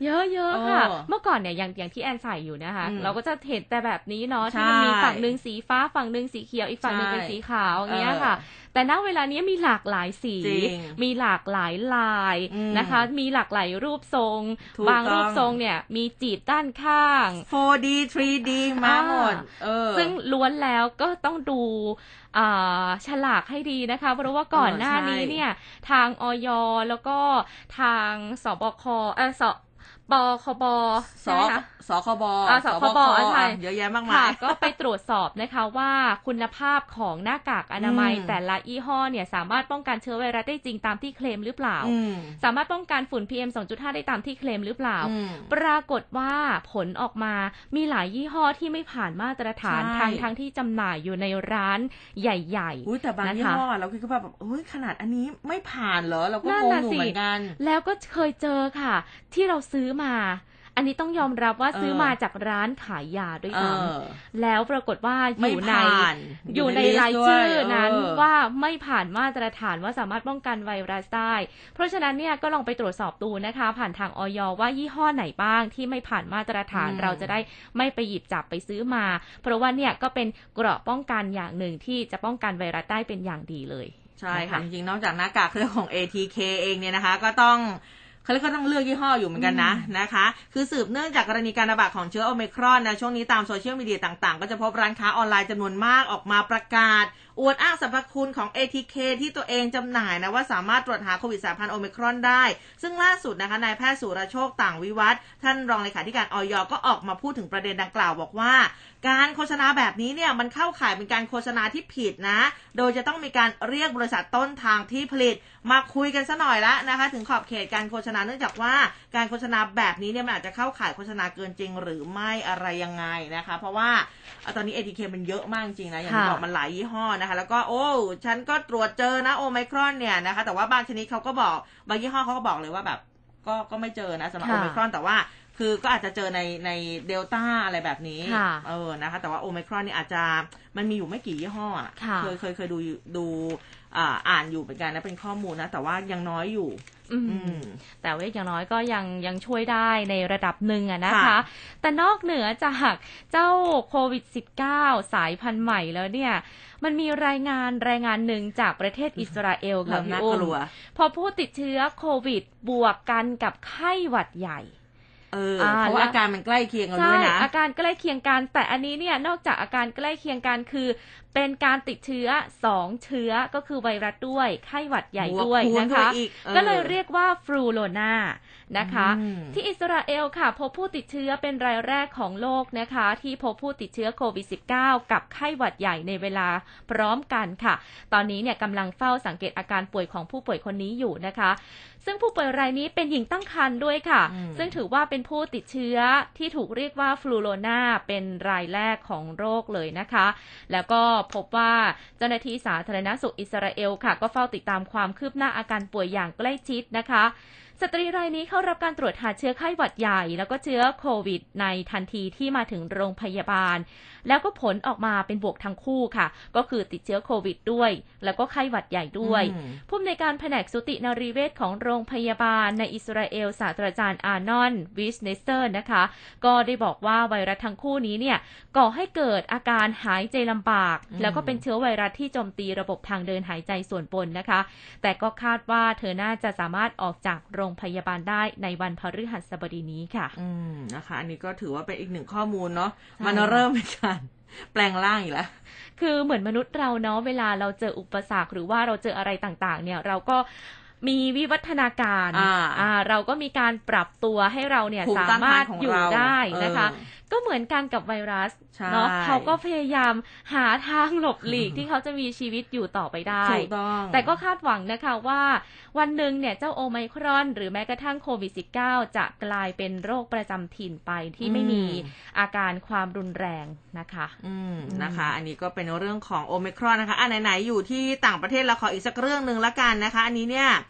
C: เยอะๆค่ะเมื่อก่อนเนี่ยอย่างอย่างที่แอนใส่อยู่นะคะเราก็จะเห็นแต่แบบนี้เนาะที่มันมีฝั่งนึงสีฟ้าฝั่งนึงสีเขียวอีกฝั่งนึงเป็นสีขาวอย่างเงี้ยค่ะแต่ณเวลานี้มีหลากหลายสีมีหลากหลายลายนะคะมีหลากหลายรูปทรงบางรูปทรงเนี่ยมีจีบด้านข้าง
B: โฟร์ ดี ทรี ดี มาหมด
C: ซึ่งล้วนแล้วก็ต้องดูฉลากให้ดีนะคะเพราะว่าก่อนหน้านี้เนี่ยทางอย.แล้วก็ทางสบคเอ่อสปคบ
B: สสคบ
C: สคบใช่
B: เยอะแยะมากมาย
C: ก็ไปตรวจสอบนะคะว่าคุณภาพของหน้ากากอนามัยแต่ละยี่ห้อเนี่ยสามารถป้องกันเชื้อไวรัสได้จริงตามที่เคลมหรือเปล่าสามารถป้องกันฝุ่น พี เอ็ม สองจุดห้า ได้ตามที่เคลมหรือเปล่าปรากฏว่าผลออกมามีหลายยี่ห้อที่ไม่ผ่านมาตรฐานทางทางที่จำหน่ายอยู่ในร้านใหญ่
B: ๆแต่บางยี่ห้อเราคิดว่าแบบเฮ้ยขนาดอันนี้ไม่ผ่านเหรอเราก็งงอยู่เหมือนกัน
C: แล้วก็เคยเจอค่ะที่เราซื้อมาอันนี้ต้องยอมรับว่าซื้อมาจากร้านขายยาด้วยซ้ำแล้วปรากฏว่าอยู่ในอยู่ในรายชื่อนั้นว่าไม่ผ่านมาตรฐานว่าสามารถป้องกันไวรัสได้เพราะฉะนั้นเนี่ยก็ลองไปตรวจสอบดูนะคะผ่านทางอย.ว่ายี่ห้อไหนบ้างที่ไม่ผ่านมาตรฐานเราจะได้ไม่ไปหยิบจับไปซื้อมาเพราะว่าเนี่ยก็เป็นเกราะป้องกันอย่างหนึ่งที่จะป้องกันไวรัสได้เป็นอย่างดีเลย
B: ใช่ค่ะจริงๆนอกจากหน้ากากเครื่องของ เอ ที เค เองเนี่ยนะคะก็ต้องเขาก็ต้องเลือกยี่ห้ออยู่เหมือนกันนะนะคะคือสืบเนื่องจากกรณีการระบาดของเชื้อโอไมครอนนะช่วงนี้ตามโซเชียลมีเดียต่างๆก็จะพบร้านค้าออนไลน์จำนวนมากออกมาประกาศอวดอ้างสรรพคุณของ เอ ที เค ที่ตัวเองจำหน่ายนะว่าสามารถตรวจหาโควิดสายพันธุ์โอไมครอนได้ซึ่งล่าสุดนะคะนายแพทย์สุรโชคต่างวิวัฒน์ท่านรองเลขาธิการอย.ก็ออกมาพูดถึงประเด็นดังกล่าวบอกว่าการโฆษณาแบบนี้เนี่ยมันเข้าข่ายเป็นการโฆษณาที่ผิดนะโดยจะต้องมีการเรียกบริษัทต้นทางที่ผลิตมาคุยกันซะหน่อยละนะคะถึงขอบเขตการโฆษณาเนื่องจากว่าการโฆษณาแบบนี้เนี่ยมันอาจจะเข้าข่ายโฆษณาเกินจริงหรือไม่อะไรยังไงนะคะเพราะว่าตอนนี้ เอ ที เค มันเยอะมากจริงนะอย่างที่บอกมันหลายยี่ห้อนะคะแล้วก็โอ้ฉันก็ตรวจเจอนะโอไมครอนเนี่ยนะคะแต่ว่าบางชนิดเขาก็บอกบางยี่ห้อเขาก็บอกเลยว่าแบบก็ก็ไม่เจอนะสำหรับโอไมครอนแต่ว่าคือก็อาจจะเจอในในเดลต้าอะไรแบบนี้เออนะคะแต่ว่าโอไมครอนนี่อาจจะมันมีอยู่ไม่กี่ยี่ห้ออ่ะเคยเคยเคยดูดูอ่าอ่านอยู่เหมือนกันนะเป็นข้อมูลนะแต่ว่ายังน้อยอยู่
C: แต่ว่าอย่างน้อยก็ยังยังช่วยได้ในระดับหนึ่งอะนะคะแต่นอกเหนือจากเจ้าโควิด สิบเก้า สายพันธุ์ใหม่แล้วเนี่ยมันมีรายงานรายงานหนึ่งจากประเทศอิสราเอลค่ะพี่อุ้มพอผู้ติดเชื้อโควิดบวกกันกับไข้หวัดใหญ่
B: เออเพราะว่าอาการมันใกล้เคียงกันด้วยนะ
C: อาการใกล้เคียงกันแต่อันนี้เนี่ยนอกจากอาการใกล้เคียงกันคือเป็นการติดเชื้อสองเชื้อก็คือไวรัสด้วยไข้หวัดใหญ่ด้วยนะคะก็เลยเรียกว่าฟลูโรนานะคะที่อิสราเอลค่ะพบผู้ติดเชื้อเป็นรายแรกของโลกนะคะที่พบผู้ติดเชื้อโควิด สิบเก้า กับไข้หวัดใหญ่ในเวลาพร้อมกันค่ะตอนนี้เนี่ยกำลังเฝ้าสังเกตอาการป่วยของผู้ป่วยคนนี้อยู่นะคะซึ่งผู้ป่วยรายนี้เป็นหญิงตั้งครรภ์ด้วยค่ะซึ่งถือว่าเป็นผู้ติดเชื้อที่ถูกเรียกว่าฟลูโรนาเป็นรายแรกของโรคเลยนะคะแล้วก็พบว่าเจ้าหน้าที่สาธารณสุขอิสราเอลค่ะก็เฝ้าติดตามความคืบหน้าอาการป่วยอย่างใกล้ชิดนะคะสตรีรายนี้เข้ารับการตรวจหาเชื้อไข้หวัดใหญ่แล้วก็เชื้อโควิดในทันทีที่มาถึงโรงพยาบาลแล้วก็ผลออกมาเป็นบวกทั้งคู่ค่ะก็คือติดเชื้อโควิดด้วยแล้วก็ไข้หวัดใหญ่ด้วยผู้อำนวยการแผนกสูตินรีเวชของโรงพยาบาลในอิสราเอลศาสตราจารย์อาร์นอนวิสเนสเตอร์นะคะก็ได้บอกว่าไวรัสทั้งคู่นี้เนี่ยก่อให้เกิดอาการหายใจลำบากแล้วก็เป็นเชื้อไวรัสที่โจมตีระบบทางเดินหายใจส่วนบนนะคะแต่ก็คาดว่าเธอน่าจะสามารถออกจากโรงพยาบาลได้ในวันพฤหัสบดีนี้ค่ะ
B: อืมนะคะอันนี้ก็ถือว่าเป็นอีกหนึ่งข้อมูลเนาะมันเริ่มเป็นการแปลงร่างอีกแล้ว
C: คือเหมือนมนุษย์เราเนาะเวลาเราเจออุปสรรคหรือว่าเราเจออะไรต่างๆเนี่ยเราก็มีวิวัฒนาการอ่าเราก็มีการปรับตัวให้เราเนี่ยสามารถอยู่ได้นะคะก็เหมือนกันกับไวรัสเนาะเขาก็พยายามหาทางหลบหลีกที่เขาจะมีชีวิตอยู่ต่อไปได้แต่ก็คาดหวังนะคะว่าวันหนึ่งเนี่ยเจ้าโอไมครอนหรือแม้กระทั่งโควิด สิบเก้า จะกลายเป็นโรคประจำถิ่นไปที่ไม่มีอาการความรุนแรงนะคะ
B: อืมนะคะอันนี้ก็เป็นเรื่องของโอไมครอนนะคะอ่ะไหนๆอยู่ที่ต่างประเทศเราขออีกสักเรื่องนึงละกันนะคะอันนี้เนี่ย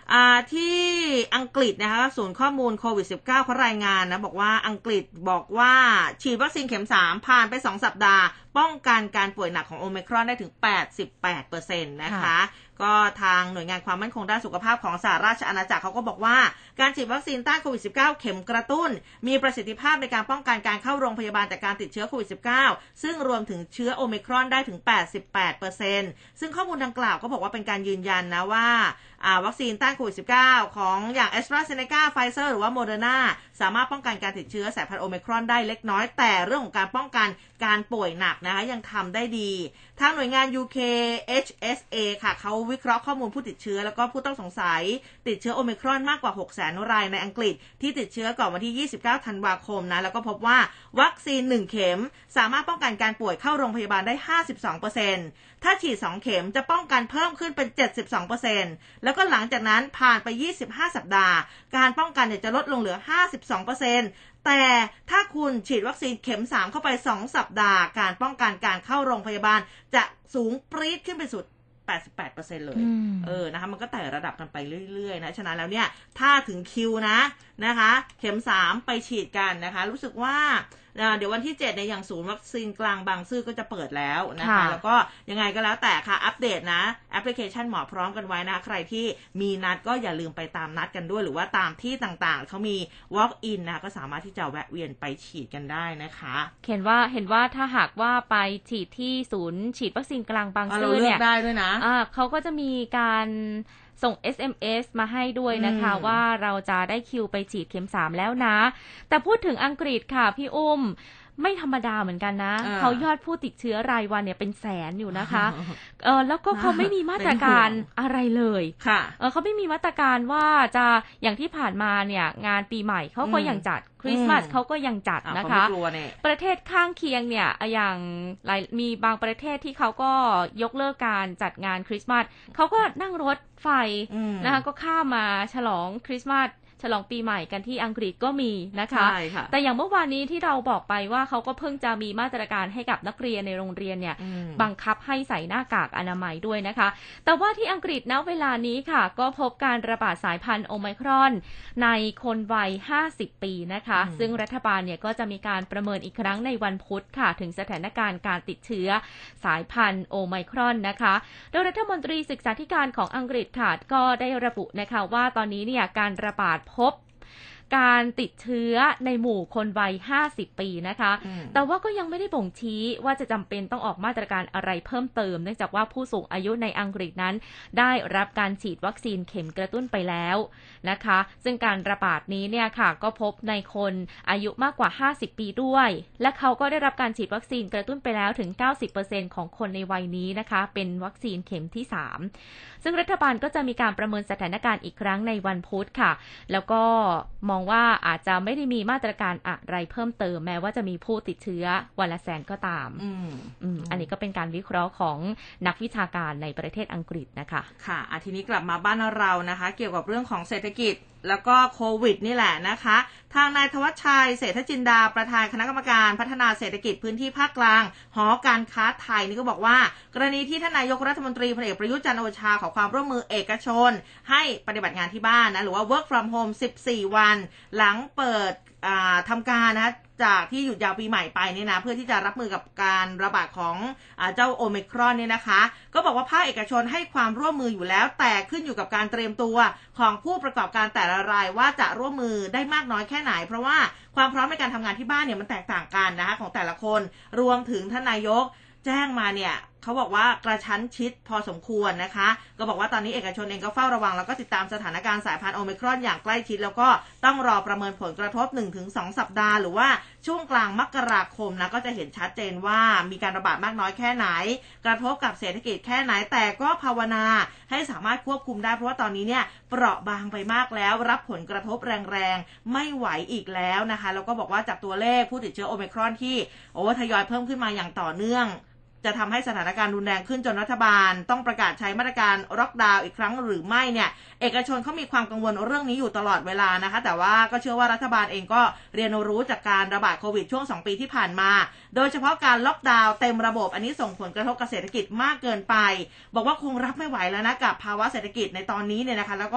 B: ที่อังกฤษนะคะศูนย์ข้อมูลโควิด สิบเก้า เขารายงานนะบอกว่าอังกฤษบอกว่าฉีดวัคซีนเข็มสามผ่านไปสองสัปดาห์ป้องกันการป่วยหนักของโอไมครอนได้ถึง แปดสิบแปดเปอร์เซ็นต์ นะคะก็ทางหน่วยงานความมั่นคงด้านสุขภาพของสหราชอาณาจักรเขาก็บอกว่าการฉีดวัคซีนต้านโควิด สิบเก้า เข็มกระตุ้นมีประสิทธิภาพในการป้องกันการเข้าโรงพยาบาลจากการติดเชื้อโควิด สิบเก้า ซึ่งรวมถึงเชื้อโอไมครอนได้ถึง แปดสิบแปดเปอร์เซ็นต์ ซึ่งข้อมูลดังกล่าวก็บอกว่าเป็นการยืนยันนะว่าวัคซีนต้านโควิด สิบเก้า ของอย่าง AstraZeneca Pfizer หรือว่า Moderna สามารถป้องกันการติดเชื้อสายพันธุ์โอไมครอนได้เล็กน้อยแต่เรื่องของการป้องกันการป่วยหนักนะคะยังทำได้ดีทางหน่วยงาน ยู เค เอช เอส เอ ค่ะเขาวิเคราะห์ข้อมูลผู้ติดเชื้อแล้วก็ผู้ต้องสงสัยติดเชื้อโอไมครอนมากกว่า หกแสน รายในอังกฤษที่ติดเชื้อก่อนวันที่ยี่สิบเก้าธันวาคมนะแล้วก็พบว่าวัคซีนหนึ่งเข็มสามารถป้องกันการป่วยเข้าโรงพยาบาลได้ ห้าสิบสองเปอร์เซ็นต์ ถ้าฉีดสองเข็มจะป้องกันเพิ่มขึ้นเป็น เจ็ดสิบสองเปอร์เซ็นต์ แล้วก็หลังจากนั้นผ่านไปยี่สิบห้าสัปดาห์การป้องกันเนี่ยจะลดลงเหลือ ห้าสิบสองเปอร์เซ็นต์ แต่ถ้าคุณฉีดวัคซีนเข็มสามเข้าไปสองสัปดาห์การป้องกันการเข้าโรงพยาบาลจะสูงปรี๊ดขึ้นไปสุด แปดสิบแปดเปอร์เซ็นต์ เลยเออนะคะมันก็ไต่ระดับกันไปเรื่อยๆนะฉะนั้นแล้วเนี่ยถ้าถึงคิวนะนะคะเข็มสามไปฉีดกันนะคะรู้สึกว่าเดี๋ยววันที่เจ็ดในอย่างศูนย์วัคซีนกลางบางซื่อก็จะเปิดแล้วนะคะแล้วก็ยังไงก็แล้วแต่ค่ะอัปเดตนะแอปพลิเคชันหมอพร้อมกันไว้นะใครที่มีนัดก็อย่าลืมไปตามนัดกันด้วยหรือว่าตามที่ต่างๆเขามี walk in นะก็สามารถที่จะแวะเวียนไปฉีดกันได้นะคะ
C: เห็นว่าเห็นว่าถ้าหากว่าไปฉีดที่ศูนย์ฉีดวัคซีนกลางบางซื่อเนี่ย
B: ได้ด้วยนะ
C: อ่าเขาก็จะมีการส่ง เอส เอ็ม เอส มาให้ด้วยนะคะว่าเราจะได้คิวไปฉีดเข็มสามแล้วนะแต่พูดถึงอังกฤษค่ะพี่อุ้มไม่ธรรมดาเหมือนกันนะเขายอดผู้ติดเชื้อรายวันเนี่ยเป็นแสนอยู่นะคะเออแล้วก็เขาไม่มีมาตรการอะไรเลย
B: ค่ะ
C: เออเขาไม่มีมาตรการว่าจะอย่างที่ผ่านมาเนี่ยงานปีใหม่เขาก็ยังจัดคริสต์มาสเขาก็ยังจัดนะคะประเทศข้างเคียงเนี่ยอย่างมีบางประเทศที่เขาก็ยกเลิกการจัดงานคริสต์มาสเขาก็นั่งรถไฟนะคะก็ข้ามมาฉลองคริสต์มาสฉลองปีใหม่กันที่อังกฤษก็มีนะคะแต่อย่างเมื่อวานนี้ที่เราบอกไปว่าเขาก็เพิ่งจะมีมาตรการให้กับนักเรียนในโรงเรียนเนี่ยบังคับให้ใส่หน้ากากอนามัยด้วยนะคะแต่ว่าที่อังกฤษณเวลานี้ค่ะก็พบการระบาดสายพันธุ์โอไมครอนในคนวัยห้าสิบปีนะคะซึ่งรัฐบาลเนี่ยก็จะมีการประเมินอีกครั้งในวันพุธค่ะถึงสถานการณ์การติดเชื้อสายพันธุ์โอไมครอนนะคะโดยรัฐมนตรีศึกษาธิการของอังกฤษค่ะก็ได้ระบุนะคะว่าตอนนี้เนี่ยการระบาดพบการติดเชื้อในหมู่คนวัยห้าสิบปีนะคะแต่ว่าก็ยังไม่ได้บ่งชี้ว่าจะจำเป็นต้องออกมาตรการอะไรเพิ่มเติมเนื่องจากว่าผู้สูงอายุในอังกฤษนั้นได้รับการฉีดวัคซีนเข็มกระตุ้นไปแล้วนะคะซึ่งการระบาดนี้เนี่ยค่ะก็พบในคนอายุมากกว่าห้าสิบปีด้วยและเขาก็ได้รับการฉีดวัคซีนกระตุ้นไปแล้วถึง เก้าสิบเปอร์เซ็นต์ ของคนในวัยนี้นะคะเป็นวัคซีนเข็มที่สามซึ่งรัฐบาลก็จะมีการประเมินสถานการณ์อีกครั้งในวันพุธค่ะแล้วก็มองว่าอาจจะไม่ได้มีมาตรการอะไรเพิ่มเติมแม้ว่าจะมีผู้ติดเชื้อวันละแสนก็ตาม อ, อืมอันนี้ก็เป็นการวิเคราะห์ของนักวิชาการในประเทศอังกฤษนะคะ
B: ค่ะอ่ะทีนี้กลับมาบ้านเรานะคะเกี่ยวกับเรื่องของเศรษฐกิจแล้วก็โควิดนี่แหละนะคะทางนายธวัชชัยเศรษฐจินดาประธานคณะกรรมการพัฒนาเศรษฐกิจพื้นที่ภาคกลางหอการค้าไทยนี่ก็บอกว่ากรณีที่ท่านนายกรัฐมนตรีพลเอกประยุทธ์จันทร์โอชาขอความร่วมมือเอกชนให้ปฏิบัติงานที่บ้านนะหรือว่า work from home สิบสี่วันหลังเปิดทำการนะจากที่หยุดยาวปีใหม่ไปเนี่ยนะเพื่อที่จะรับมือกับการระบาดของเจ้าโอไมครอนเนี่ยนะคะก็บอกว่าภาคเอกชนให้ความร่วมมืออยู่แล้วแต่ขึ้นอยู่กับการเตรียมตัวของผู้ประกอบการแต่ละรายว่าจะร่วมมือได้มากน้อยแค่ไหนเพราะว่าความพร้อมในการทำงานที่บ้านเนี่ยมันแตกต่างกันนะคะของแต่ละคนรวมถึงท่านนายกแจ้งมาเนี่ยเขาบอกว่ากระชั้นชิดพอสมควรนะคะก็บอกว่าตอนนี้เอกชนเองก็เฝ้าระวังแล้วก็ติดตามสถานการณ์สายพันธุ์โอไมครอนอย่างใกล้ชิดแล้วก็ต้องรอประเมินผลกระทบ หนึ่งถึงสอง สัปดาห์หรือว่าช่วงกลางมกราคมนะก็จะเห็นชัดเจนว่ามีการระบาดมากน้อยแค่ไหนกระทบกับเศรษฐกิจแค่ไหนแต่ก็ภาวนาให้สามารถควบคุมได้เพราะว่าตอนนี้เนี่ยเปราะบางไปมากแล้วรับผลกระทบแรงๆไม่ไหวอีกแล้วนะคะแล้วก็บอกว่าจากตัวเลขผู้ติดเชื้อโอไมครอนที่โอ้ทยอยเพิ่มขึ้นมาอย่างต่อเนื่องจะทำให้สถานการณ์รุนแรงขึ้นจนรัฐบาลต้องประกาศใช้มาตรการล็อกดาวน์อีกครั้งหรือไม่เนี่ยเอกชนเขามีความกังวลเรื่องนี้อยู่ตลอดเวลานะคะแต่ว่าก็เชื่อว่ารัฐบาลเองก็เรียนรู้จากการระบาดโควิดช่วงสองปีที่ผ่านมาโดยเฉพาะการล็อกดาวน์เต็มระบบอันนี้ส่งผลกระทบกับเศรษฐกิจมากเกินไปบอกว่าคงรับไม่ไหวแล้วนะกับภาวะเศรษฐกิจในตอนนี้เนี่ยนะคะแล้วก็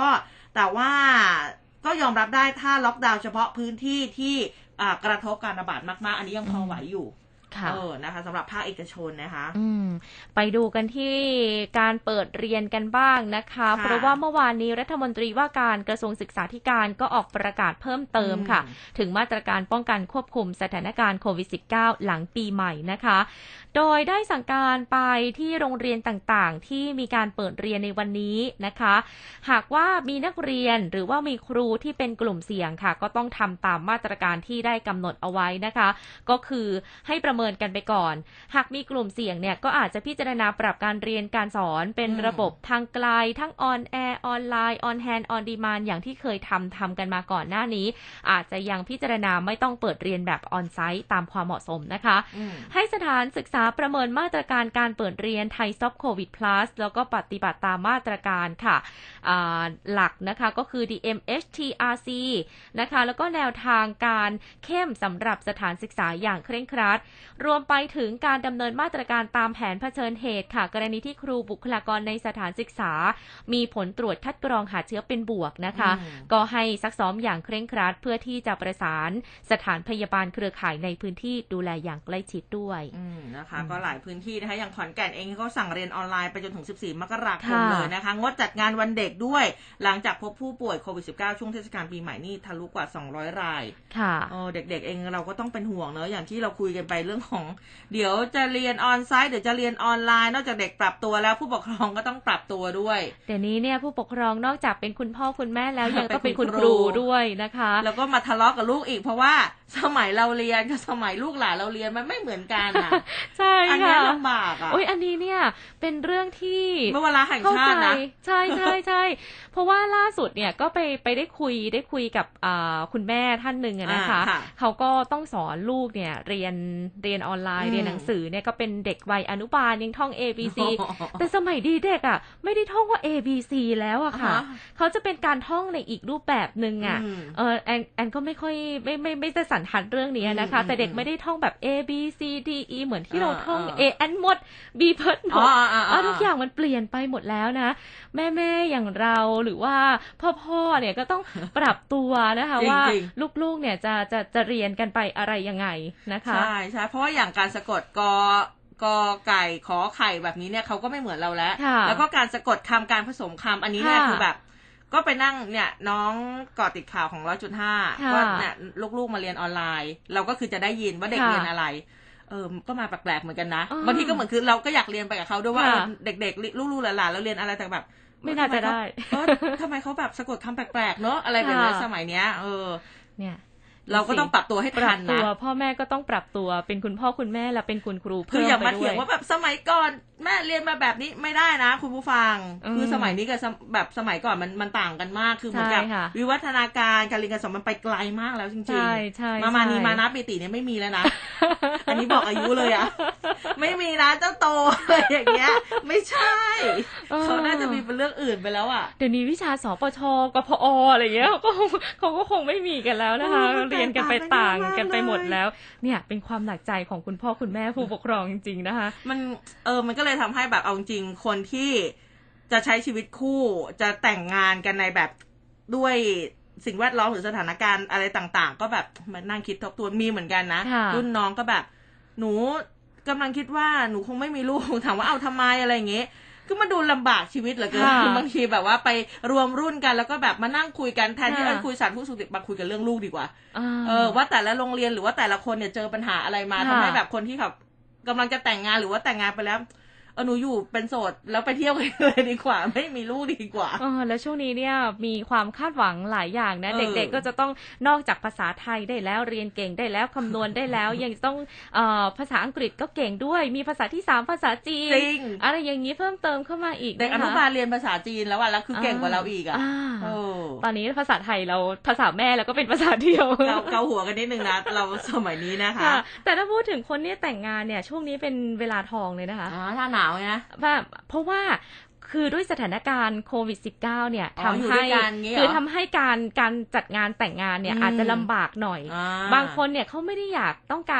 B: แต่ว่าก็ยอมรับได้ถ้าล็อกดาวน์เฉพาะพื้นที่ที่กระทบการระบาดมากๆอันนี้ยังพอไหวอยู่เออนะคะสำหรับภาคเอกชนนะคะ
C: อืมไปดูกันที่การเปิดเรียนกันบ้างนะคะเพราะว่าเมื่อวานนี้รัฐมนตรีว่าการกระทรวงศึกษาธิการก็ออกประกาศเพิ่มเติมค่ะถึงมาตรการป้องกันควบคุมสถานการณ์โควิด สิบเก้า หลังปีใหม่นะคะโดยได้สั่งการไปที่โรงเรียนต่างๆที่มีการเปิดเรียนในวันนี้นะคะหากว่ามีนักเรียนหรือว่ามีครูที่เป็นกลุ่มเสี่ยงค่ะก็ต้องทำตามมาตรการที่ได้กำหนดเอาไว้นะคะก็คือให้ประเมินกันไปก่อนหากมีกลุ่มเสี่ยงเนี่ยก็อาจจะพิจารณาปรับการเรียนการสอนเป็นระบบทางไกลทั้งออนแอร์ออนไลน์ออนแฮนด์ออนดีมานด์อย่างที่เคยทำทำกันมาก่อนหน้านี้อาจจะยังพิจารณาไม่ต้องเปิดเรียนแบบออนไซต์ตามความเหมาะสมนะคะให้สถานศึกษาประเมินมาตรการการเปิดเรียนไทยซอฟโควิด plus แล้วก็ปฏิบัติตามมาตรการค่ะหลักนะคะก็คือ ดี เอ็ม เอช ที อาร์ ซี นะคะแล้วก็แนวทางการเข้มสำหรับสถานศึกษาอย่างเคร่งครัดรวมไปถึงการดำเนินมาตรการตามแผนเผชิญเหตุค่ะกรณีที่ครูบุคลากรในสถานศึกษามีผลตรวจคัดกรองหาเชื้อเป็นบวกนะคะก็ให้ซักซ้อมอย่างเคร่งครัดเพื่อที่จะประสานสถานพยาบาลเครือข่ายในพื้นที่ดูแลอย่างใกล้ชิดด้วย
B: นะคะก็หลายพื้นที่นะคะอย่างขอนแก่นเองก็สั่งเรียนออนไลน์ไปจนถึงสิบสี่มกราคมเลยนะคะงดจัดงานวันเด็กด้วยหลังจากพบผู้ป่วยโควิด สิบเก้า ช่วงเทศกาลปีใหม่นี่ทะลุกว่าสองร้อยราย
C: ค่ะ
B: เออเด็กๆเองเราก็ต้องเป็นห่วงเนอะอย่างที่เราคุยกันไปเรื่องของเดี๋ยวจะเรียนออนไซต์เดี๋ยวจะเรียนออนไลน์นอกจากเด็กปรับตัวแล้วผู้ปกครองก็ต้องปรับตัวด้วย
C: เดี๋ยวนี้เนี่ยผู้ปกครองนอกจากเป็นคุณพ่อคุณแม่แล้วยังต้องเป็นคุณครูด้วยนะคะ
B: แล้วก็มาทะเลาะกับลูกอีกเพราะว่าสมัยเราเรียนกับสมัยลูกหลานเราเรียนมันไม่เหมือนกันอ่ะ
C: ใช่ค่ะอัน
B: นี้ลำบากอ่ะ
C: โอ้ยอันนี้เนี่ยเป็นเรื่องที่
B: เมื่อเวลาแห่งชาตินะ
C: ใช่ใช่ใช่เพราะว่าล่าสุดเนี่ยก็ไปไปได้คุยได้คุยกับคุณแม่ท่านหนึ่งนะคะเขาก็ต้องสอนลูกเนี่ยเรียนเรียนออนไลน์เรียนหนังสือเนี่ยก็เป็นเด็กวัยอนุบาลยังท่อง A B C แต่สมัยดีเด็กอ่ะไม่ได้ท่องว่า A B C แล้วอะค่ะเขาจะเป็นการท่องในอีกรูปแบบนึงอ่ะเออแอนแอนก็ไม่ค่อยไม่ไม่ไม่จะสันทัดเรื่องนี้นะคะแต่เด็กไม่ได้ท่องแบบ A B C D E เหมือนที่เราท่อง A แอนหมด B เพิร์ดหมดทุกอย่างมันเปลี่ยนไปหมดแล้วนะแม่แม่อย่างเราหรือว่าพ่อพ่อเนี่ยก็ต้องปรับตัวนะคะว่าลูกๆเนี่ยจะจะจะเรียนกันไปอะไรยังไงนะคะ
B: ใช่ใช่เพราะว่าอย่างการสะกดกกอไก่ขอไข่แบบนี้เนี่ยเขาก็ไม่เหมือนเราแล้วแล้วก็การสะกดคำการผสมคำอันนี้เนี่ยคือแบบก็ไปนั่งเนี่ยน้องก่อติดข่าวของ ร้อยจุดห้า ว่าเนี่ยลูกๆมาเรียนออนไลน์เราก็คือจะได้ยินว่าเด็กเรียนอะไรเออก็มาแปลกๆเหมือนกันนะบางทีก็เหมือนคือเราก็อยากเรียนไปกับเขาด้วยว่าเด็กๆลูกๆหลานๆเราเรียนอะไรแต่แบบ
C: ไม่น่าจะได้
B: ทำไมเขาแบบสะกดคำแปลกๆเนอะอะไรแบบนี้สมัยเนี้ยเออ
C: เนี่ย
B: เราก็ต้องปรับตัวให้ทันนะ
C: พ่อแม่ก็ต้องปรับตัวเป็นคุณพ่อคุณแม่และเป็นคุณครู
B: คืออย่ามาเถียงว่าแบบสมัยก่อนแม่เรียนมาแบบนี้ไม่ได้นะคุณผู้ฟังคือสมัยนี้กับแบบสมัยก่อนมันมันต่างกันมากคือเหมือนกับวิวัฒนาการการเรียนการสอนมันไปไกลมากแล้วจริงๆมามานีมานะปีติเนี่ยไม่มีแล้วนะอันนี้บอกอายุเลยอะไม่มีนะเจ้าโตอะไรอย่างเงี้ยไม่ใช่เขาน่าจะมีเป็นเรื่องอื่นไปแล้วอ่ะ
C: เดี๋ยวนี้วิชาสปชกพออะไรเงี้ยเขาก็เขาก็คงไม่มีกันแล้วนะคะเรียนกันไปต่างกันไปหมดแล้วเนี่ยเป็นความหนักใจของคุณพ่อคุณแม่ผู้ปกครองจริงๆนะคะ
B: มันเออมันก็เลยทำให้แบบเอาจริงคนที่จะใช้ชีวิตคู่จะแต่งงานกันในแบบด้วยสิ่งแวดล้อมหรือสถานการณ์อะไรต่างๆก็แบบมานั่งคิดทบทวนมีเหมือนกันนะรุ่นน้องก็แบบหนูกำลังคิดว่าหนูคงไม่มีลูกถามว่าเอาทำไมอะไรอย่างเงี้ยคือมันดูลำบากชีวิตเหลือเกินบางทีแบบว่าไปรวมรุ่นกันแล้วก็แบบมานั่งคุยกันแทนที่จะคุยสารผู้สุขมาคุยกันเรื่องลูกดีกว่าเออว่าแต่ละโรงเรียนหรือว่าแต่ละคนเนี่ยเจอปัญหาอะไรมาทำให้แบบคนที่แบบกำลังจะแต่งงานหรือว่าแต่งงานไปแล้วเออหนูอยู่เป็นโสดแล้วไปเที่ยวกันเลยดีกว่าไม่มีลูกดีกว่า
C: เออแล้วช่วงนี้เนี่ยมีความคาดหวังหลายอย่างนะเด็กๆก็จะต้องนอกจากภาษาไทยได้แล้วเรียนเก่งได้แล้วคำนวณได้แล้วยังต้องเอ่อภาษาอังกฤษก็เก่งด้วยมีภาษาที่สามภาษาจีนอะไรอย่างนี้เพิ่มเติมเข้ามาอีก
B: เด็กอนุบาลเรียนภาษาจีนแล้วอ่ะแล้วคือเก่งกว่าเราอีกอ่ะ
C: ตอนนี้ภาษาไทยเราภาษาแม่แล้วก็เป็นภาษาเดียว
B: เกาหัวกันนิดนึงนะเราสมัยนี้นะคะ
C: แต่ถ้าพูดถึงคนนี้แต่งงานเนี่ยช่วงนี้เป็นเวลาทองเลยนะคะ
B: อ๋อถ้าหนาวไง
C: แบบเพราะว่าคือด้วยสถานการณ์โควิด สิบเก้า เนี่ยทำให้คือทำให้การการจัดงานแต่งงานเนี่ยอาจจะลำบากหน่อยบางคนเนี่ยเขาไม่ได้อยากต้องการ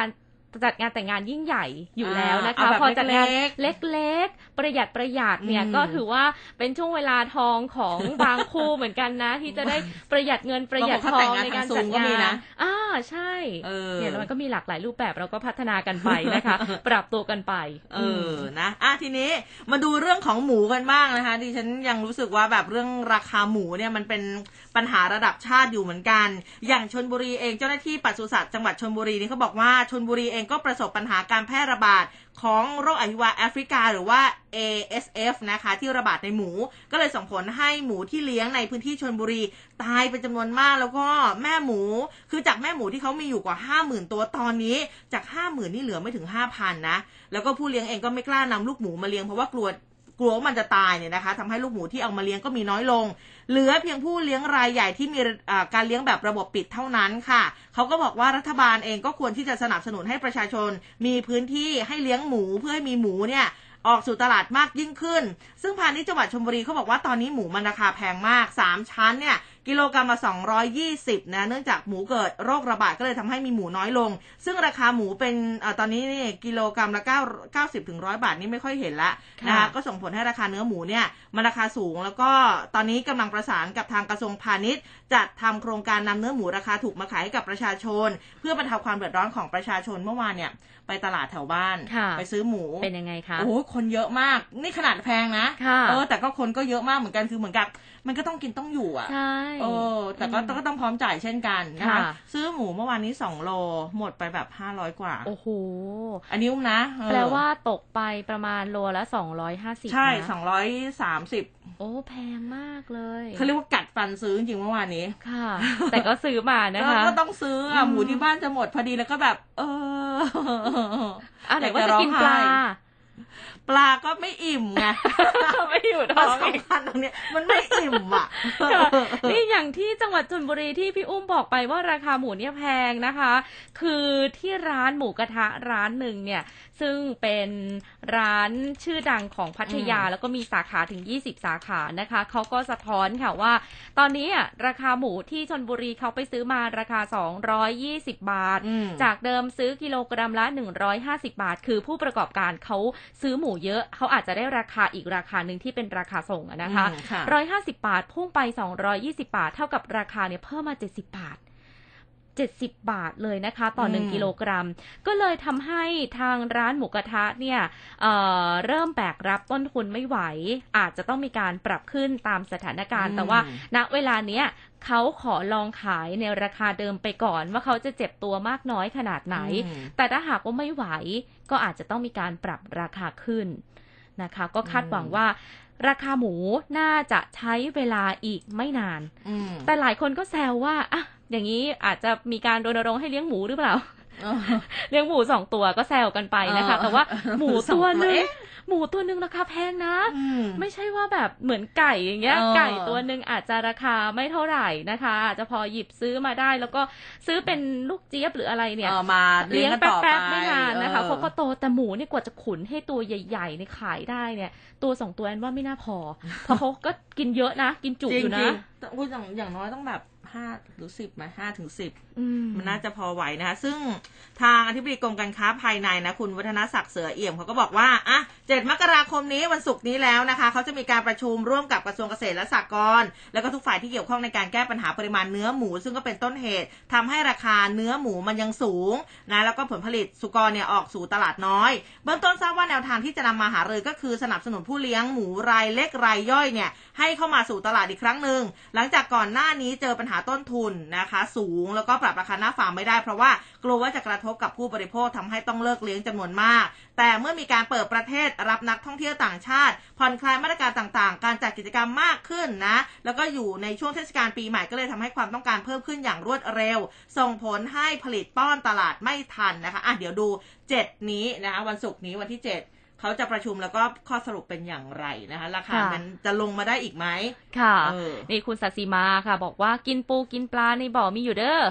C: จัดงานแต่งงานยิ่งใหญ่อยู่แล้วนะคะพอจัดงานเล็กๆประหยัดประหยัดเนี่ยก็ถือว่าเป็นช่วงเวลาทองของบางคู่เหมือนกันนะที่จะได้ประหยัดเงินประหยัดทองในการจัดงานนะอ่าใช่เนี่ยมันก็มีหลากหลายรูปแบบเราก็พัฒนากันไปนะคะปรับตัวกันไป
B: เออนะอ่ะทีนี้มาดูเรื่องของหมูกันบ้างนะคะดิฉันยังรู้สึกว่าแบบเรื่องราคาหมูเนี่ยมันเป็นปัญหาระดับชาติอยู่เหมือนกันอย่างชลบุรีเองเจ้าหน้าที่ปศุสัตว์จังหวัดชลบุรีนี่เขาบอกว่าชลบุรีเองก็ประสบปัญหาการแพร่ระบาดของโรคอหิวาแอฟริกาหรือว่า เอ เอส เอฟ นะคะที่ระบาดในหมูก็เลยส่งผลให้หมูที่เลี้ยงในพื้นที่ชลบุรีตายเป็นจำนวนมากแล้วก็แม่หมูคือจากแม่หมูที่เขามีอยู่กว่า ห้าหมื่น ตัวตอนนี้จาก ห้าหมื่น นี่เหลือไม่ถึง ห้าพัน นะแล้วก็ผู้เลี้ยงเองก็ไม่กล้านำลูกหมูมาเลี้ยงเพราะว่ากลัวกลัวว่ามันจะตายเนี่ยนะคะทำให้ลูกหมูที่เอามาเลี้ยงก็มีน้อยลงเหลือเพียงผู้เลี้ยงรายใหญ่ที่มีการเลี้ยงแบบระบบปิดเท่านั้นค่ะเขาก็บอกว่ารัฐบาลเองก็ควรที่จะสนับสนุนให้ประชาชนมีพื้นที่ให้เลี้ยงหมูเพื่อให้มีหมูเนี่ยออกสู่ตลาดมากยิ่งขึ้นซึ่งพาณิชย์จังหวัดชลบุรีเขาบอกว่าตอนนี้หมูมันราคาแพงมากสามชั้นเนี่ยกิโลกรัมละสองร้อยยี่สิบนะเนื่องจากหมูเกิดโรคระบาดก็เลยทำให้มีหมูน้อยลงซึ่งราคาหมูเป็นเอ่อตอนนี้นี่กิโลกรัมละเก้าสิบถึงหนึ่งร้อยบาทนี่ไม่ค่อยเห็นละนะคะก็ส่งผลให้ราคาเนื้อหมูเนี่ยมันราคาสูงแล้วก็ตอนนี้กำลังประสานกับทางกระทรวงพาณิชย์จัดทำโครงการนำเนื้อหมูราคาถูกมาขายให้กับประชาชนเพื่อบรรเทาความเดือดร้อนของประชาชนเมื่อวานเนี่ยไปตลาดแถวบ้านไปซื้อหมู
C: เป็นยังไงคะ
B: โอ้คนเยอะมากนี่ขนาดแพงนะเออแต่ก็คนก็เยอะมากเหมือนกันคือเหมือนกับมันก็ต้องกินต้องอยู่อ่ะ
C: ใช่
B: เออแต่ก็ก็ต้องพร้อมจ่ายเช่นกันนะคะซื้อหมูเมื่อวานนี้สองโลหมดไปแบบห้าร้อยกว่า
C: โอ้โห
B: อันนี้อุ้มนะ
C: แปลว่าตกไปประมาณโลละสองร้อยห้าสิบ
B: ใช่สองร้อยสามสิบ
C: โอ้แพงมากเลย
B: เขาเรียกว่ากัดฟันซื้อจริงเมื่อวานนี้
C: ค่ะแต่ก็ซื้อมานะคะ
B: ก็ต้องซื้ออ่ะหมูที่บ้านจะหมดพอดีแล้วก็แบบเออ
C: อ่ะแต่ว่าจะกินปลา
B: ปลาก็ไม่อิ่มไง
C: ไม่อยู่ท้อง
B: สำคัญตรงนี้มันไม่อิ่มอ่ะ
C: นี่อย่างที่จังหวัดชลบุรีที่พี่อุ้มบอกไปว่าราคาหมูเนี่ยแพงนะคะคือที่ร้านหมูกระทะร้านหนึ่งเนี่ยซึ่งเป็นร้านชื่อดังของพัทยาแล้วก็มีสาขาถึงยี่สิบสาขานะคะเขาก็สะท้อนค่ะว่าตอนนี้ราคาหมูที่ชลบุรีเขาไปซื้อมาราคาสองร้อยยี่สิบบาทจากเดิมซื้อกิโลกรัมละหนึ่งร้อยห้าสิบบาทคือผู้ประกอบการเขาซื้อหมูเยอะเขาอาจจะได้ราคาอีกราคาหนึ่งที่เป็นราคาส่งนะคะหนึ่งร้อยห้าสิบบาทพุ่งไปสองร้อยยี่สิบบาทเท่ากับราคาเนี่ยเพิ่มมาเจ็ดสิบบาทเจ็ดสิบบาทเลยนะคะต่อหนึ่งกิโลกรัมก็เลยทำให้ทางร้านหมูกระทะเนี่ยเอ่อเริ่มแบกรับต้นทุนไม่ไหวอาจจะต้องมีการปรับขึ้นตามสถานการณ์แต่ว่าณเวลาเนี้ยเขาขอลองขายในราคาเดิมไปก่อนว่าเขาจะเจ็บตัวมากน้อยขนาดไหนแต่ถ้าหากว่าไม่ไหวก็อาจจะต้องมีการปรับราคาขึ้นนะคะก็คาดหวังว่าราคาหมูน่าจะใช้เวลาอีกไม่นานแต่หลายคนก็แซวว่าอ่ะอย่างนี้อาจจะมีการรณรงค์ให้เลี้ยงหมูหรือเปล่าเลี้ยงหมูสองตัวก็แซวกันไปนะคะแต่ว่าหมูตัวนึงหมูตัวนึงราคาแพงนะไม่ใช่ว่าแบบเหมือนไก่อย่างเงี้ยไก่ตัวนึงอาจจะราคาไม่เท่าไหร่นะคะอาจจะพอหยิบซื้อมาได้แล้วก็ซื้อเป็นลูกเจี๊ยบหรืออะไรเนี่ย
B: มา
C: เลี้ยงแป๊บๆไม่นานนะคะเขาก็โตแต่หมูนี่กว่าจะขุนให้ตัวใหญ่ๆในขายได้เนี่ยตัวสองตัวแอนว่าไม่น่าพอเพราะเขาก็กินเยอะนะกินจุอยู่นะ
B: พูดอย่างอย่างน้อยต้องแบบห้าหรือสิบไหมห้าถึงสิบมันน่าจะพอไหวนะคะซึ่งทางอธิบดีกรมการค้าภายในนะคุณวัฒนศักดิ์เสือเอี่ยมเขาก็บอกว่าอ่ะเจ็ดมกราคมนี้วันศุกร์นี้แล้วนะคะเขาจะมีการประชุมร่วมกับกระทรวงเกษตรและสหกรณ์แล้วก็ทุกฝ่ายที่เกี่ยวข้องในการแก้ปัญหาปริมาณเนื้อหมูซึ่งก็เป็นต้นเหตุทำให้ราคาเนื้อหมูมันยังสูงนะแล้วก็ผลผลิตสุกรเนี่ยออกสู่ตลาดน้อยเบื้องต้นทราบว่าแนวทางที่จะนำมาหารือก็คือสนับสนุนผู้เลี้ยงหมูรายเล็กรายย่อยเนี่ยให้เข้ามาสู่ตลาดอีกครั้งนึงหลังจากก่อนหน้านี้เจอปัญหาต้นทุนนะคะสูงแล้วก็ปรับราคาหน้าฟาร์มไม่ได้เพราะว่ากลัวว่าจะกระทบกับผู้บริโภคทำให้ต้องเลิกเลี้ยงจำนวนมากแต่เมื่อมีการเปิดประเทศรับนักท่องเที่ยวต่างชาติผ่อนคลายมาตรการต่างๆการจัดกิจกรรมมากขึ้นนะแล้วก็อยู่ในช่วงเทศกาลปีใหม่ก็เลยทำให้ความต้องการเพิ่มขึ้นอย่างรวดเร็วส่งผลให้ผลิตป้อนตลาดไม่ทันนะคะอ่ะเดี๋ยวดูเจ็ดนี้นะคะวันศุกร์นี้วันที่เจ็ดเขาจะประชุมแล้วก็ข้อสรุปเป็นอย่างไรนะคะราคามันจะลงมาได้อีกไหม
C: ค่ะนี่คุณศศิมาค่ะบอกว่ากินปูกินปลาในบ่อมีอยู่เด้อ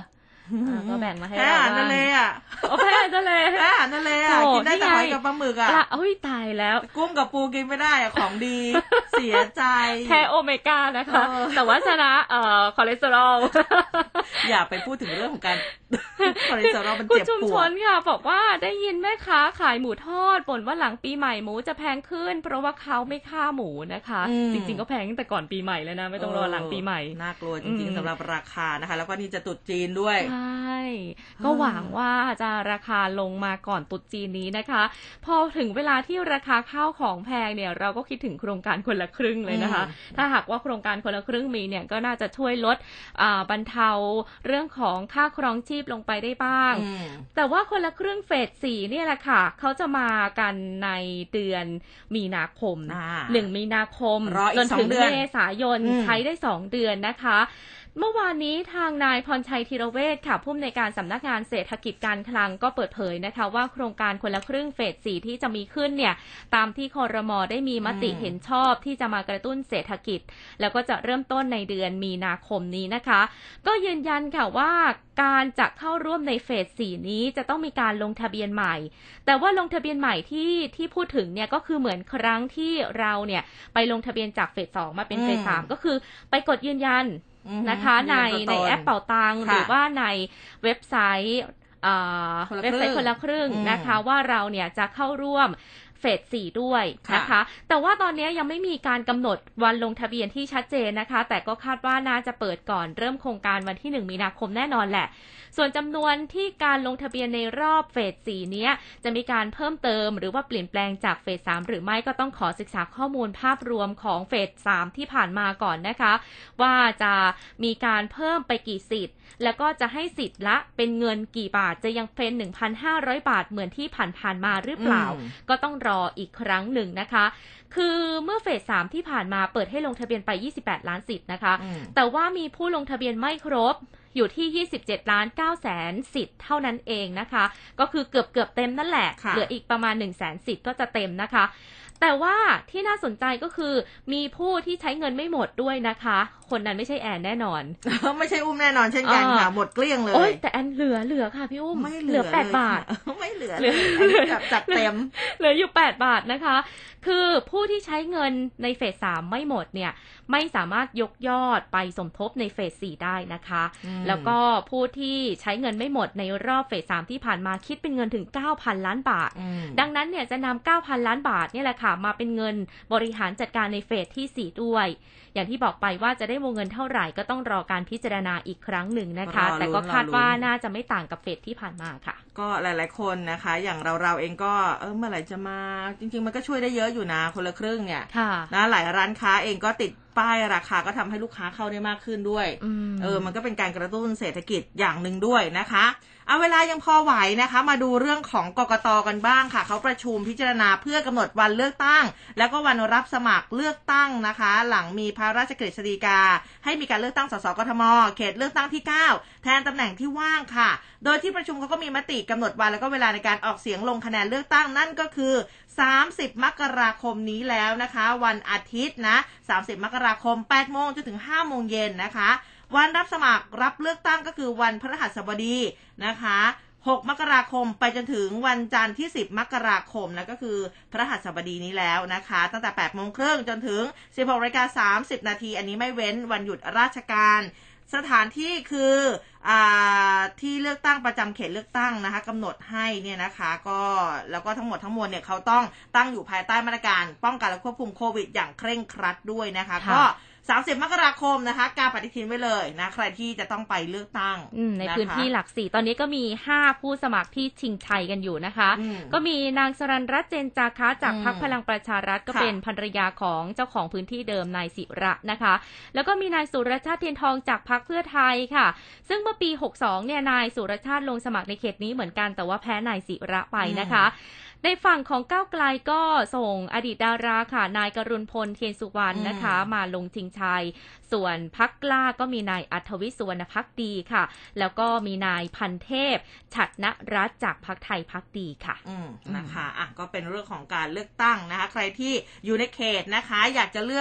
C: ก็แบ่งมาให้เรา
B: แพ้อาหารทะเลอ่ะ
C: โอ้แพ้อาหารทะเล
B: แพ้อาหารทะเลอ่ะกินได้แต่หอยกับปลาหมึกอ่ะ
C: โอ้ยตายแล้ว
B: กุ้งกับปูกินไม่ได้อ่ะของดีเสียใจ
C: แพ้โอเมก้านะคะแต่ว่าชนะเอ่อคอเลสเตอรอล
B: อย่าไปพูดถึงเรื่องของการคอเลสเตอรอลมันเจ็บปวด
C: คุณชุมชนค่ะบอกว่าได้ยินแม่ค้าขายหมูทอดบ่นว่าหลังปีใหม่หมูจะแพงขึ้นเพราะว่าเขาไม่ฆ่าหมูนะคะจริงๆก็แพงตั้งแต่ก่อนปีใหม่แล้วนะไม่ต้องรอหลังปีใหม่
B: น่ากลัวจริงๆสำหรับราคานะคะแล้วก็นี่จะตรุษจีนด้วย
C: ใช่ก็หวังว่าจะราคาลงมาก่อนตรุษจีนนี้นะคะพอถึงเวลาที่ราคาข้าวของแพงเนี่ยเราก็คิดถึงโครงการคนละครึ่งเลยนะคะถ้าหากว่าโครงการคนละครึ่งมีเนี่ยก็น่าจะช่วยลดบรรเทาเรื่องของค่าครองชีพลงไปได้บ้างแต่ว่าคนละครึ่งเฟสสี่เนี่ยแหละค่ะเขาจะมากันในเดือนมีนาคมหนึ่งมีนาคมจนถึงเมษายนใช้ได้สองเดือนนะคะเมื่อวานนี้ทางนายพรชัยธีรเวชค่ะผู้อำนวยการสำนักงานเศรษฐกิจการคลังก็เปิดเผยนะคะว่าโครงการคนละครึ่งเฟสสี่ที่จะมีขึ้นเนี่ยตามที่ครม.ได้มีมติเห็นชอบที่จะมากระตุ้นเศรษฐกิจแล้วก็จะเริ่มต้นในเดือนมีนาคมนี้นะคะก็ยืนยันค่ะว่าการจะเข้าร่วมในเฟสสี่นี้จะต้องมีการลงทะเบียนใหม่แต่ว่าลงทะเบียนใหม่ที่ที่พูดถึงเนี่ยก็คือเหมือนครั้งที่เราเนี่ยไปลงทะเบียนจากเฟสสองมาเป็นเฟสสามก็คือไปกดยืนยันนะคะในในแอปเป่าตังหรือว่าในเว็บไซต์เว็บไซต์คนละครึ่งนะคะว่าเราเนี่ยจะเข้าร่วมเฟสสี่ด้วยนะคะแต่ว่าตอนนี้ยังไม่มีการกำหนดวันลงทะเบียนที่ชัดเจนนะคะแต่ก็คาดว่าน่าจะเปิดก่อนเริ่มโครงการวันที่หนึ่งมีนาคมแน่นอนแหละส่วนจำนวนที่การลงทะเบียนในรอบเฟสสี่นี้จะมีการเพิ่มเติมหรือว่าเปลี่ยนแปลงจากเฟสสามหรือไม่ก็ต้องขอศึกษาข้อมูลภาพรวมของเฟสสามที่ผ่านมาก่อนนะคะว่าจะมีการเพิ่มไปกี่สิทธิ์แล้วก็จะให้สิทธิ์ละเป็นเงินกี่บาทจะยังเป็น หนึ่งพันห้าร้อย บาทเหมือนที่ผ่านๆมาหรือเปล่าก็ต้องรออีกครั้งหนึ่งนะคะคือเมื่อเฟสสามที่ผ่านมาเปิดให้ลงทะเบียนไปยี่สิบแปดล้านสิทธิ์นะคะแต่ว่ามีผู้ลงทะเบียนไม่ครบอยู่ที่ยี่สิบเจ็ดล้านเก้าแสนสิทธิ์เท่านั้นเองนะคะก็คือเกือบๆเต็มนั่นแหละเหลืออีกประมาณ หนึ่งแสน สิทธิ์ก็จะเต็มนะคะแต่ว่าที่น่าสนใจก็คือมีผู้ที่ใช้เงินไม่หมดด้วยนะคะคนนั้นไม่ใช่แอนแน่นอน
B: ไม่ใช่อุ้มแน่นอนเช่นกันค่ะหมดเกลี้ยงเลย
C: โอ๊ยแต่แอนเหลือเหลือค่ะพี่อุ้มเหลือแปดบาท
B: ไม่เหลือเลยจัดเต็ม
C: เหลืออยู่แปดบาทนะคะคือผู้ที่ใช้เงินในเฟสสามไม่หมดเนี่ยไม่สามารถยกยอดไปสมทบในเฟสสี่ได้นะคะแล้วก็ผู้ที่ใช้เงินไม่หมดในรอบเฟสสามที่ผ่านมาคิดเป็นเงินถึง เก้าพัน ล้านบาทดังนั้นเนี่ยจะนำ เก้าพัน ล้านบาทนี่แหละค่ะมาเป็นเงินบริหารจัดการในเฟสที่สี่ด้วยอย่างที่บอกไปว่าจะได้วงเงินเท่าไหร่ก็ต้องรอการพิจารณาอีกครั้งหนึ่งนะคะแต่ก็คาดว่าน่าจะไม่ต่างกับเฟสที่ผ่านมาค่ะ
B: ก็หลายๆคนนะคะอย่างเราเราเองก็เออเมื่อไหร่จะมาจริงๆมันก็ช่วยได้เยอะอยู่นะคนละครึ่งเนี่ยนะหลายร้านค้าเองก็ติดป้ายราคาก็ทำให้ลูกค้าเข้าได้มากขึ้นด้วยเออมันก็เป็นการกระตุ้นเศรษฐกิจอย่างหนึ่งด้วยนะคะเอาเวลายังพอไหวนะคะมาดูเรื่องของกกต.กันบ้างค่ะเขาประชุมพิจารณาเพื่อกำหนดวันเลือกตั้งแล้วก็วันรับสมัครเลือกตั้งนะคะหลังมีพระราชกฤษฎีกาให้มีการเลือกตั้งสสกทม.เขตเลือกตั้งที่เก้าแทนตำแหน่งที่ว่างค่ะโดยที่ประชุมเขาก็มีมติกำหนดวันแล้วก็เวลาในการออกเสียงลงคะแนนเลือกตั้งนั่นก็คือสามสิบมกราคมนี้แล้วนะคะวันอาทิตย์นะสามสิบมกราคมแปดโมงจนถึงห้าโมงเย็นนะคะวันรับสมัครรับเลือกตั้งก็คือวันพฤหัสบดีนะคะหกมกราคมไปจนถึงวันจันทร์ที่สิบมกราคมนะก็คือพฤหัสบดีนี้แล้วนะคะตั้งแต่แปดโมงครึ่งจนถึง สิบหกนาฬิกาสามสิบนาที อันนี้ไม่เว้นวันหยุดราชการสถานที่คืออ่าที่เลือกตั้งประจำเขตเลือกตั้งนะคะกำหนดให้เนี่ยนะคะก็แล้วก็ทั้งหมดทั้งมวลเนี่ยเขาต้องตั้งอยู่ภายใต้มาตรการป้องกันและควบคุมโควิดอย่างเคร่งครัดด้วยนะคะก็สามสิบมกราคมนะคะการปฏิทินไว้เลยนะใครที่จะต้องไปเลือกตั้ง
C: ในพื้นที่หลักสี่ตอนนี้ก็มีห้าผู้สมัครที่ชิงชัยกันอยู่นะคะก็มีนางสรัญรัตน์เจนจาคะจากพรรคพลังประชารัฐก็เป็นภรรยาของเจ้าของพื้นที่เดิมนายศิระนะคะแล้วก็มีนายสุรชาติเทียนทองจากพรรคเพื่อไทยค่ะซึ่งเมื่อปีหกสิบสองเนี่ยนายสุรชาติลงสมัครในเขตนี้เหมือนกันแต่ว่าแพ้นายศิระไปนะคะในฝั่งของก้าวไกลก็ส่งอดีตดาราค่ะนายกรุณพลเทียนสุวรรณนะคะมาลงชิงชัยส่วนพรรคกล้าก็มีนายอัธวิทย์สุวรรณภักดีค่ะแล้วก็มีนายพันเทพฉัตรณรัตน์จากพรรคไทยพักดีค่ะ
B: อืมนะคะอ่ะก็เป็นเรื่องของการเลือกตั้งนะคะใครที่อยู่ในเขตนะคะอยากจะเลือก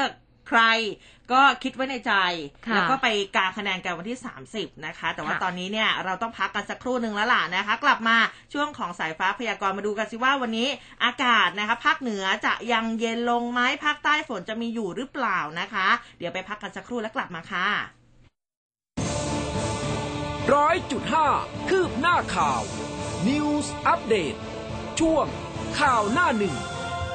B: ใครก็คิดไว้ในใจแล้วก็ไปกาคะแนนกันวันที่สามสิบนะคะแต่ว่าตอนนี้เนี่ยเราต้องพักกันสักครู่นึงแล้วล่ะนะคะกลับมาช่วงของสายฟ้าพยากรณ์มาดูกันสิว่าวันนี้อากาศนะคะภาคเหนือจะยังเย็นลงไหมภาคใต้ฝนจะมีอยู่หรือเปล่านะคะเดี๋ยวไปพักกันสักครู่แล้วกลับมาค่ะ
A: ร้อยจุดห้าคืบหน้าข่าว News Update ช่วงข่าวหน้าหนึ่ง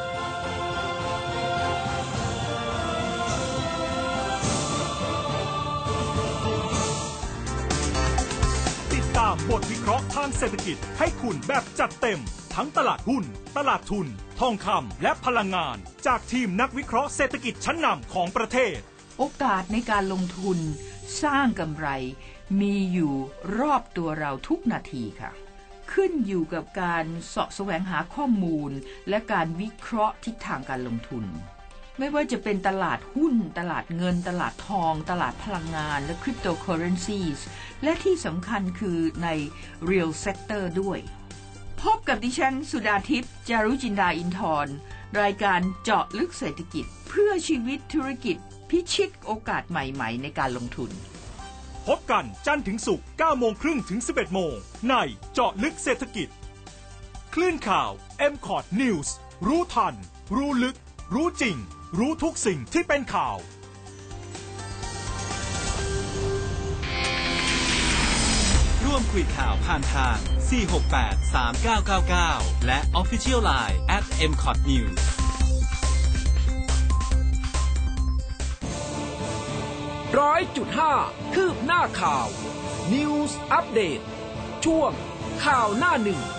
D: ติดตามบทวิเคราะห์ทางเศรษฐกิจให้คุณแบบจัดเต็มทั้งตลาดหุ้นตลาดทุนทองคำและพลังงานจากทีมนักวิเคราะห์เศรษฐกิจชั้นนำของประเทศ
E: โอกาสในการลงทุนสร้างกำไรมีอยู่รอบตัวเราทุกนาทีค่ะขึ้นอยู่กับการเสาะแสวงหาข้อมูลและการวิเคราะห์ทิศทางการลงทุนไม่ว่าจะเป็นตลาดหุ้นตลาดเงินตลาดทองตลาดพลังงานและคริปโตเคอเรนซีและที่สำคัญคือใน Real Sector ด้วยพบกับดิฉันสุดาทิพย์จารุจินดาอินทร์รายการเจาะลึกเศรษฐกิจเพื่อชีวิตธุรกิจพิชิตโอกาสใหม่ๆในการลงทุน
D: พบกันจันทร์ถึงศุกร์ เก้าโมงครึ่งถึง สิบเอ็ดโมงในเจาะลึกเศรษฐกิจคลื่นข่าว เอ็ม คอร์ด News รู้ทันรู้ลึกรู้จริงรู้ทุกสิ่งที่เป็นข่าว
F: ร่วมคุยข่าวผ่านทาง สี่ หก แปด สาม เก้า เก้า เก้า และ Official ไลน์ แอท เอ็ม คอร์ด นิวส์
A: ร้อยจุดห้าคืบหน้าข่าว News Update ช่วงข่าวหน้าหนึ่ง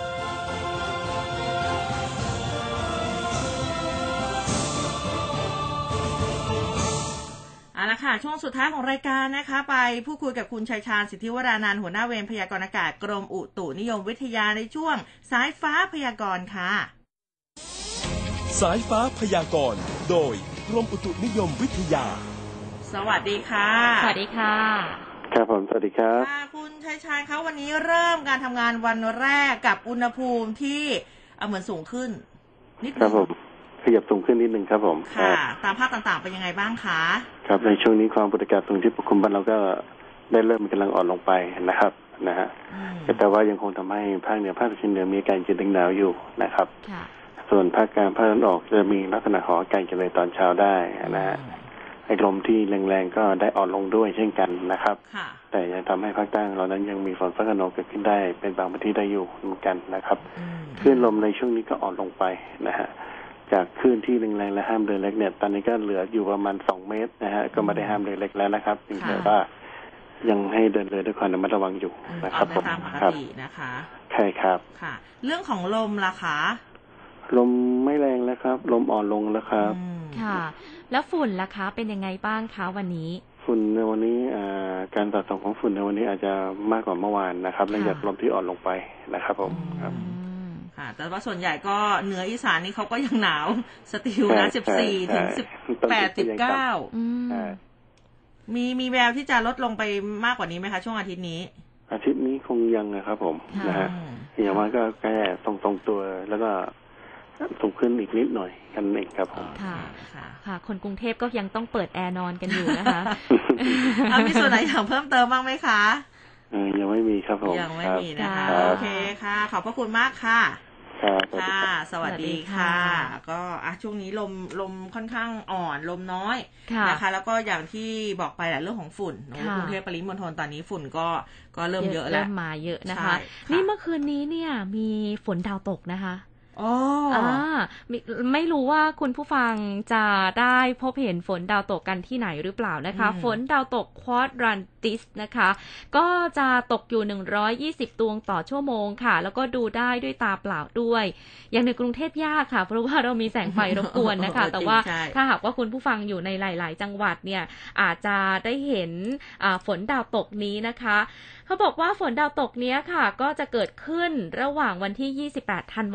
B: เอาละค่ะช่วงสุดท้ายของรายการนะคะไปพูดคุยกับคุณชัยชาญสิทธิวรานันท์หัวหน้าเวรพยากรณ์อากาศกรมอุตุนิยมวิทยาในช่วงสายฟ้าพยากรณ์ค่ะ
D: สายฟ้าพยากรณ์โดยกรมอุตุนิยมวิทยา
B: สวัสดีค่ะ
C: สวัสดีค่ะ
G: ครับผมสวัสดีครับ
B: ค่ะคุณชัยชาญคะวันนี้เริ่มการทำงานวันแรกกับอุณหภูมิที่เหมือนสูงขึ้นนิดนึง
G: ครับผมขยับสูงขึ้นนิดนึงครับผม
B: ค่ะตามภาคต่างๆเป็นยังไงบ้างคะ
G: ครับในช่วงนี้ความกดอากาศสูงที่ปกคลุมบ้านเราก็ได้เริ่มกำลังอ่อนลงไปนะครับนะฮะแต่ว่ายังคงทำให้ภาคเหนือภาคตะวันออกเหนือมีอาการเย็นถึงหนาวอยู่นะครับส่วนภาคกลางภาคตะวันออกจะมีลักษณะของอากาศเย็นเลยตอนเช้าได้นะฮะไอ้ลมที่แรงๆก็ได้อ่อนลงด้วยเช่นกันนะครับแต่ยังทำให้ภาคใต้เรานั้นยังมีฝนฟ้าคะนองเกิดขึ้นได้เป็นบางพื้นที่ได้อยู่เหมือนกันนะครับคลื่นลมในช่วงนี้ก็อ่อนลงไปนะฮะจากคลื่นที่แรงๆและห้ามเรือเล็กเนี่ยตอนนี้ก็เหลืออยู่ประมาณสองเมตรนะฮะก็ไม่ได้ห้ามเรือเล็กแล้วนะครับถึงแต่ว่ายังให้เดินเรือด้วยความระมัดระวังอยู่นะครับผม
B: ครับนะคะ
G: ใช่ครับ
B: ค่ะเรื่องของลมล่ะคะ
G: ลมไม่แรงแล้วครับลมอ่อนลงแล้วครับ
C: ค่ะแล้วฝุ่นล่ะคะเป็นยังไงบ้างคะวันนี้
G: ฝุ่นในวันนี้การสะสมของฝุ่นในวันนี้อาจจะมากกว่าเมื่อวานนะครับเนื่องจากลมที่อ่อนลงไปนะครับผมครับ
B: ค่ะแต่ว่าส่วนใหญ่ก็เหนืออีสานนี่เขาก็ยังหนาวสติลนะสิบสี่ถึงสิบแปดสิบเก้ามีมีแววที่จะลดลงไปมากกว่านี้ไหมคะช่วงอาทิตย์นี้
G: อาทิตย์นี้คงยังนะครับผมนะฮะอย่างว่าก็แค่ตรงตรงตัวแล้วก็สูงขึ้นอีกนิดหน่อยกันเองครับผม
C: ค่ะค่ะคนกรุงเทพก็ยังต้องเปิดแอร์นอนกันอยู่นะคะ
B: มีส่วนไหนอยากเพิ่มเติมบ้างไหมคะ
G: ยังไม่มีครับผม
B: ยังไม่มีนะคะโอเคค่ะขอบพระคุณมากค่ะค่ะสวัสดีค่ะก็อ่ะช่วงนี้ลมลมค่อนข้างอ่อนลมน้อยนะคะแล้วก็อย่างที่บอกไปแหละเรื่องของฝุ่นกรุงเทพปริมณฑลตอนนี้ฝุ่นก็ก็เริ่มเยอะแล้ว
C: เริ่มมาเยอะนะคะนี่เมื่อคืนนี้เนี่ยมีฝนดาวตกนะคะ
B: อ๋ออ่า
C: ไม่รู้ว่าคุณผู้ฟังจะได้พบเห็นฝนดาวตกกันที่ไหนหรือเปล่านะคะฝนดาวตกควอดรันติสนะคะก็จะตกอยู่หนึ่งร้อยยี่สิบดวงต่อชั่วโมงค่ะแล้วก็ดูได้ด้วยตาเปล่าด้วยอย่างในกรุงเทพยากค่ะเพราะว่าเรามีแสงไฟรบกวนนะคะแต่ว่าถ้าหากว่าคุณผู้ฟังอยู่ในหลายๆจังหวัดเนี่ยอาจจะได้เห็นฝนดาวตกนี้นะคะเขาบอกว่าฝนดาวตกนี้ค่ะก็จะเกิดขึ้นระหว่างวันที่ยี่สิบแปดธันวาคม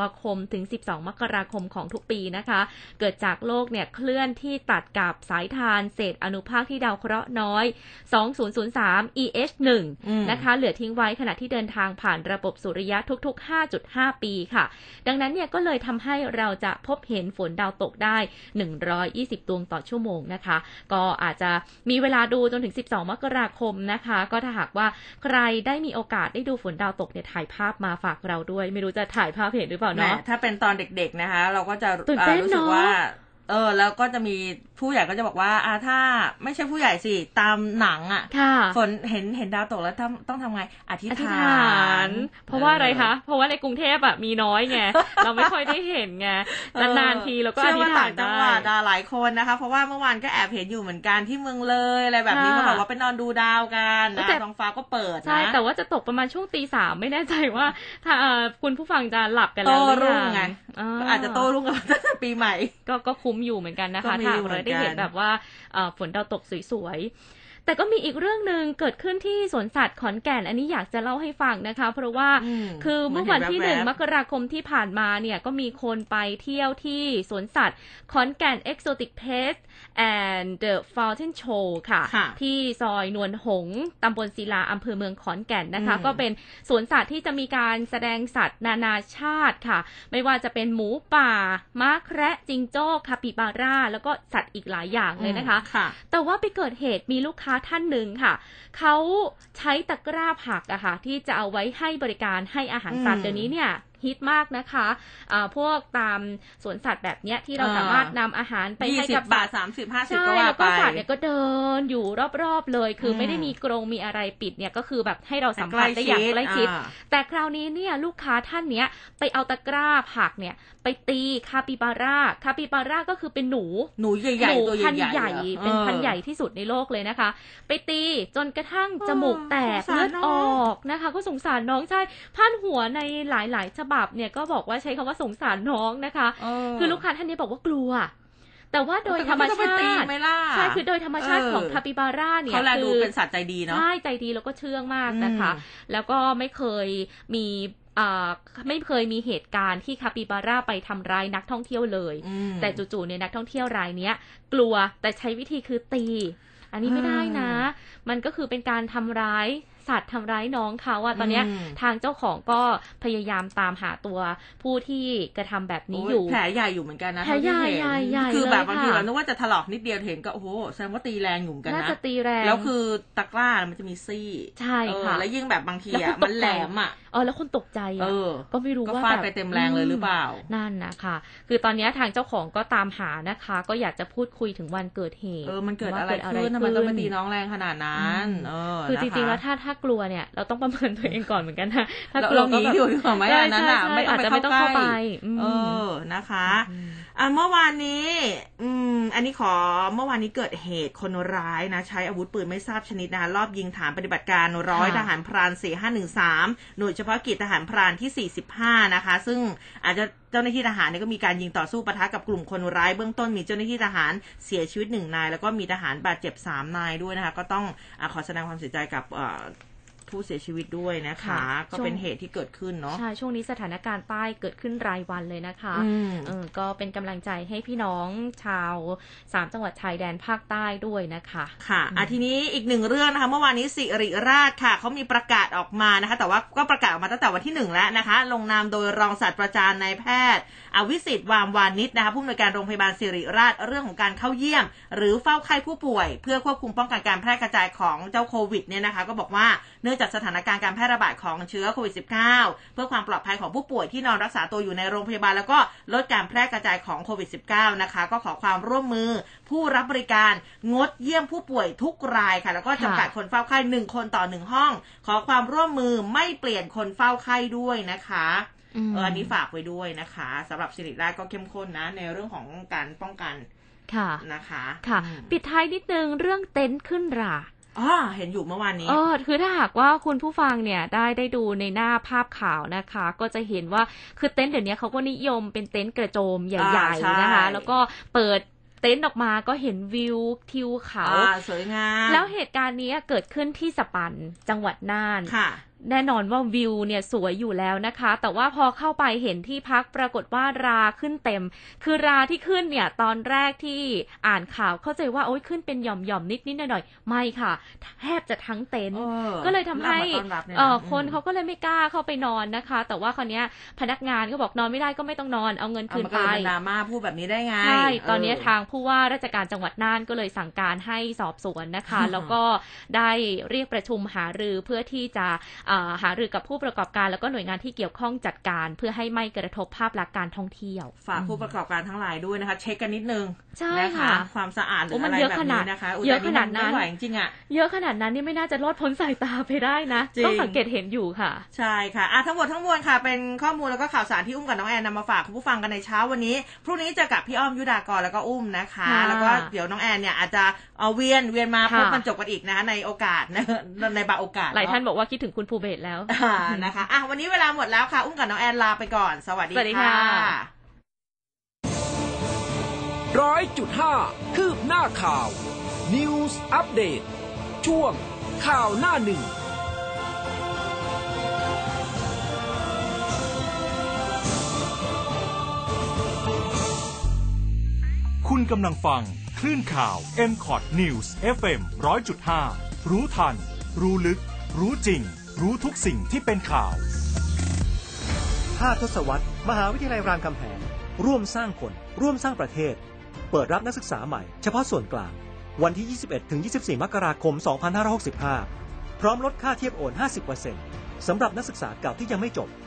C: ถึงสิบสองมกราคมของทุกปีนะคะเกิดจากโลกเนี่ยเคลื่อนที่ตัดกับสายทานเศษอนุภาคที่ดาวเคราะห์น้อยสองพันสาม อี เอช หนึ่ง นะคะเหลือทิ้งไว้ขณะที่เดินทางผ่านระบบสุริยะทุกๆ ห้าจุดห้า ปีค่ะดังนั้นเนี่ยก็เลยทำให้เราจะพบเห็นฝนดาวตกได้หนึ่งร้อยยี่สิบดวงต่อชั่วโมงนะคะก็อาจจะมีเวลาดูจนถึงสิบสองมกราคมนะคะก็ถ้าหากว่าใครได้มีโอกาสได้ดูฝนดาวตกเนี่ยถ่ายภาพมาฝากเราด้วยไม่รู้จะถ่ายภาพเห็นหรือเปล่าเนาะ
B: ถ้าเป็นตอนเด็กๆนะคะเราก็จะรู้สึกว่าเออแล้วก็จะมีผู้ใหญ่ก็จะบอกว่าอ่าถ้าไม่ใช่ผู้ใหญ่สิตามหนังอ่ะฝนเห็นเห็นดาวตกแล้วต้องต้องทำไงอธิษฐาน
C: เพราะว่าอะไรคะเพราะว่าในกรุงเทพอ่ะมีน้อยไงเราไม่ค่อยได้เห็นไงนานๆทีเราก็อธิษฐานได้จังหวัด
B: หลายคนนะคะเพราะว่าเมื่อวานก็แอบเห็นอยู่เหมือนกันที่เมืองเลยอะไรแบบนี้ก็แบบว่าไปนอนดูดาวกันนะท้องฟ้าก็เปิดนะ
C: ใช่แต่ว่าจะตกประมาณช่วงตีสามไม่แน่ใจว่าถ้าคุณผู้ฟังจะหลับกันแล้วหรือยังไง
B: อาจจะโตรุ่งกันตั้งแต่ปีใหม่
C: ก็ก็คุ้มอยู่เหมือนกันนะคะถ้าเราได้เห็นแบบว่าฝนดาวตกสวยๆแต่ก็มีอีกเรื่องนึงเกิดขึ้นที่สวนสัตว์ขอนแก่นอันนี้อยากจะเล่าให้ฟังนะคะเพราะว่าคือเมื่อวันที่หนึ่งมกราคมที่ผ่านมาเนี่ยก็มีคนไปเที่ยวที่สวนสัตว์ขอนแก่น Exotic Pet and the Fountain Show ค่ะที่ซอยนวลหงส์ตำบลศิลาอำเภอเมืองขอนแก่นนะคะก็เป็นสวนสัตว์ที่จะมีการแสดงสัตว์นานาชาติค่ะไม่ว่าจะเป็นหมูป่าม้าแคระจิงโจ้คาปิบาร่าแล้วก็สัตว์อีกหลายอย่างเลยนะคะแต่ว่าไปเกิดเหตุมีลูกค้าท่านหนึ่งค่ะเขาใช้ตะกร้าผักอะค่ะที่จะเอาไว้ให้บริการให้อาหารสัตว์เดี๋ยวนี้เนี่ยฮิตมากนะคะะพวกตามสวนสัตว์แบบเนี้ยที่เราสามารถนำอาหารไปให้กับ
B: สัตว์สามสิบ ห้าสิบก็ว่าไป
C: แล้วก็สัตว์เนี่ยก็เดินอยู่รอบๆเลยคือไม่ได้มีกรงมีอะไรปิดเนี่ยก็คือแบบให้เราสัมผัสได้อย่างใกล้ชิดแต่คราวนี้เนี่ยลูกค้าท่านเนี้ยไปเอาตะกร้าผักเนี่ยไปตีคาปิบาร่าคาปิบาร่าก็คือเป็นหนู
B: หนูใหญ่ๆตัวใหญ่
C: ๆเป็นพันธุ์ใหญ่ที่สุดในโลกเลยนะคะไปตีจนกระทั่งจมูกแตกเลือดออกนะคะก็สงสารน้องใช่พาดหัวในหลายๆฉบับเนี่ยก็บอกว่าใช้คำว่าสงสารน้องนะคะคือลูกค้าท่านนี้บอกว่ากลัวแต่ว่าโดยธรรมชาติใช่คือโดยธรรมชาติของคาปิบาร่าเนี่ย
B: เขาแลดูเป็นสัตว์ใจดีเนาะ
C: ใช่ใจดีแล้วก็เชื่องมากนะคะแล้วก็ไม่เคยมีไม่เคยมีเหตุการณ์ที่คาปิบาร่าไปทำร้ายนักท่องเที่ยวเลยแต่จู่ๆเนี่ยนักท่องเที่ยวรายนี้กลัวแต่ใช้วิธีคือตีอันนี้ไม่ได้นะมันก็คือเป็นการทำร้ายสัตว์ทำร้ายน้องเขาอะตอนนี้ทางเจ้าของก็พยายามตามหาตัวผู้ที่กระทำแบบนี้อยู่
B: แผลใหญ่อยู่เหมือนกันนะ
C: แผลใหญ่ใหญ่ใหญ่
B: คือแบบบางทีเราคิดว่าจะถลอกนิดเดียวเห็นก็โอ้โหแสดงว่าตีแรงอยู่กันนะ
C: น่าจะตีแรง
B: แล้วคือตะกร้ามันจะมีซี่
C: ใช่ค่ะ
B: แล้วยิ่งแบบบางทีอะมันแหลมอะ
C: เออแล้วคนตกใจอะก็ไม่รู้ว่า
B: ฟาดไปเต็มแรงเลยหรือเปล่า
C: นั่นนะคะคือตอนนี้ทางเจ้าของก็ตามหานะคะก็อยากจะพูดคุยถึงวันเกิดเหตุ
B: เออมันเกิดอะไรขึ้นทำไมต้องไปตีน้องแรงขนาดนั้นเออ
C: คือจริงๆแล้วถ้าถ้ากลัวเนี่ยเราต้องประเมินตัวเองก่อนเหมือนกันนะ
B: ถ้ากลัวก็แบบอยู่ที่ของไม่อันนั้นอ่ะไม่ต้องไปเข้าใกล้เออนะคะอ่ะเมื่อวานนี้อืมอันนี้ขอเมื่อวานนี้เกิดเหตุคนร้ายนะใช้อาวุธปืนไม่ทราบชนิดนะคะรอบยิงฐานปฏิบัติการร้อยทหารพรานสี่ห้าหนึ่งสามหน่วยเฉพาะกิจทหารพรานที่สี่สิบห้านะคะซึ่งอาจจะเจ้าหน้าที่ทหารเนี่ยก็มีการยิงต่อสู้ปะทะกับกลุ่มคนร้ายเบื้องต้นมีเจ้าหน้าที่ทหารเสียชีวิตหนึ่งนายแล้วก็มีทหารบาดเจ็บสามนายด้วยนะคะก็ต้องอ่ะขอแสดงความเสียใจกับเอ่อผู้เสียชีวิตด้วยนะคะก็เป็นเหตุที่เกิดขึ้นเนาะ
C: ใช่ช่วงนี้สถานการณ์ใต้เกิดขึ้นรายวันเลยนะคะเออก็เป็นกำลังใจให้พี่น้องชาวสามจังหวัดชายแดนภาคใต้ด้วยนะคะ
B: ค่ะอ่ะทีนี้อีกหนึ่งเรื่องนะคะเมื่อวานนี้สิริราชค่ะเขามีประกาศออกมานะคะแต่ว่าก็ประกาศออกมาตั้งแต่วันที่หนึ่งแล้วนะคะลงนามโดยรองศาสตราจารย์นายแพทย์อวิสิทธิ์วามวานิชนะคะผู้อำนวยการโรงพยาบาลสิริราชเรื่องของการเข้าเยี่ยมหรือเฝ้าไข้ผู้ป่วยเพื่อควบคุมป้องกันการแพร่กระจายของเจ้าโควิดเนี่ยนะคะก็บอกว่าเนื่องจากสถานการณ์การแพร่ระบาดของเชื้อโควิด สิบเก้า เพื่อความปลอดภัยของผู้ป่วยที่นอนรักษาตัวอยู่ในโรงพยาบาลแล้วก็ลดการแพร่กระจายของโควิด สิบเก้า นะคะก็ขอความร่วมมือผู้รับบริการงดเยี่ยมผู้ป่วยทุกรายค่ะแล้วก็จำกัดคนเฝ้าไข้หนึ่งคนต่อหนึ่งห้องขอความร่วมมือไม่เปลี่ยนคนเฝ้าไข้ด้วยนะคะเอออันนี้ฝากไว้ด้วยนะคะสำหรับสิริราชก็เข้มข้นนะในเรื่องของการป้องกัน
C: ค่ะ
B: นะคะ
C: ค่ะปิดท้ายนิดนึงเรื่องเต็นท์ขึ้นรา
B: อ๋อเห็นอยู่เมื่อวานนี้
C: เออคือถ้าหากว่าคุณผู้ฟังเนี่ยได้ได้ดูในหน้าภาพข่าวนะคะก็จะเห็นว่าคือเต็นท์เดี๋ยวนี้เขาก็นิยมเป็นเต็นท์กระโจมใหญ่ๆนะคะแล้วก็เปิดเต็นท์ออกมาก็เห็นวิวทิวเขา
B: สวยงาม
C: แล้วเหตุการณ์นี้เกิดขึ้นที่สปันจังหวัดน่าน
B: ค่ะ
C: แน่นอนว่าวิวเนี่ยสวยอยู่แล้วนะคะแต่ว่าพอเข้าไปเห็นที่พักปรากฏว่าราขึ้นเต็มคือราที่ขึ้นเนี่ยตอนแรกที่อ่านข่าวเข้าใจว่าโอ๊ยขึ้นเป็นหย่อมๆนิดๆหน่อยๆไม่ค่ะแทบจะทั้งเต็นท์ก็เลยทำให้เอ่อคนเขาก็เลยไม่กล้าเข้าไปนอนนะคะแต่ว่าคราวนี้พนักงานก็บอกนอนไม่ได้ก็ไม่ต้องนอนเอาเงินคืนไป
B: ดราม่าพูดแบบนี้ได้ไง
C: ใช่ตอนนี้ทางผู้ว่าราชการจังหวัดน่านก็เลยสั่งการให้สอบสวนนะคะแล้วก็ได้เรียกประชุมหารือเพื่อที่จะหารือกับผู้ประกอบการแล้วก็หน่วยงานที่เกี่ยวข้องจัดการเพื่อให้ไม่กระทบภาพลักษณ์การท่องเที่ยว
B: ฝากผู้ประกอบการทั้งหลายด้วยนะคะเช็คกันนิดนึง
C: ใช่ค่ะ
B: ความสะอาดหรืออะไรแบบนี้นะคะ
C: เยอะขนาดนั้น
B: จริงอ่ะ
C: เยอะขนาดนั้นนี่ไม่น่าจะลอดพ้นสายตาไปได้นะต้องสังเกตเห็นอยู่ค่ะ
B: ใช่ค่ะอ่ะทั้งหมดทั้งมวลค่ะเป็นข้อมูลแล้วก็ข่าวสารที่อุ้มกับน้องแอนนำมาฝากคุณผู้ฟังกันในเช้าวันนี้พรุ่งนี้เจอกับพี่อ้อมยุดากรแล้วก็อุ้มนะคะแล้วก็เดี๋ยวน้องแอนเนี่ยอาจจะเอาเวียนเวียนมาพบกันจบกันอีกนะคะในโอกาสในบางโอกาส
C: หลายท่านบอกว่าคิดถึงคุณภูเบศแล้ว
B: นะคะอ่ะวันนี้เวลาหมดแล้วค่ะอุ้มกับน้องแอนลาไปก่อนสวัสดีค่ะ
A: ร้อยจุดห้าคืบหน้าข่าว News Update ช่วงข่าวหน้าหนึ่ง
D: คุณกำลังฟังคลื่นข่าว เอ็ม คอท News เอฟ เอ็ม หนึ่งร้อยจุดห้า รู้ทันรู้ลึกรู้จริงรู้ทุกสิ่งที่เป็นข่าว
H: ห้าทศวรรษมหาวิทยาลัยรามคำแหงร่วมสร้างคนร่วมสร้างประเทศเปิดรับนักศึกษาใหม่เฉพาะส่วนกลางวันที่ ยี่สิบเอ็ดถึงยี่สิบสี่ มกราคม สองพันห้าร้อยหกสิบห้าพร้อมลดค่าเทียบโอน ห้าสิบเปอร์เซ็นต์ สำหรับนักศึกษาเก่าที่ยังไม่จบ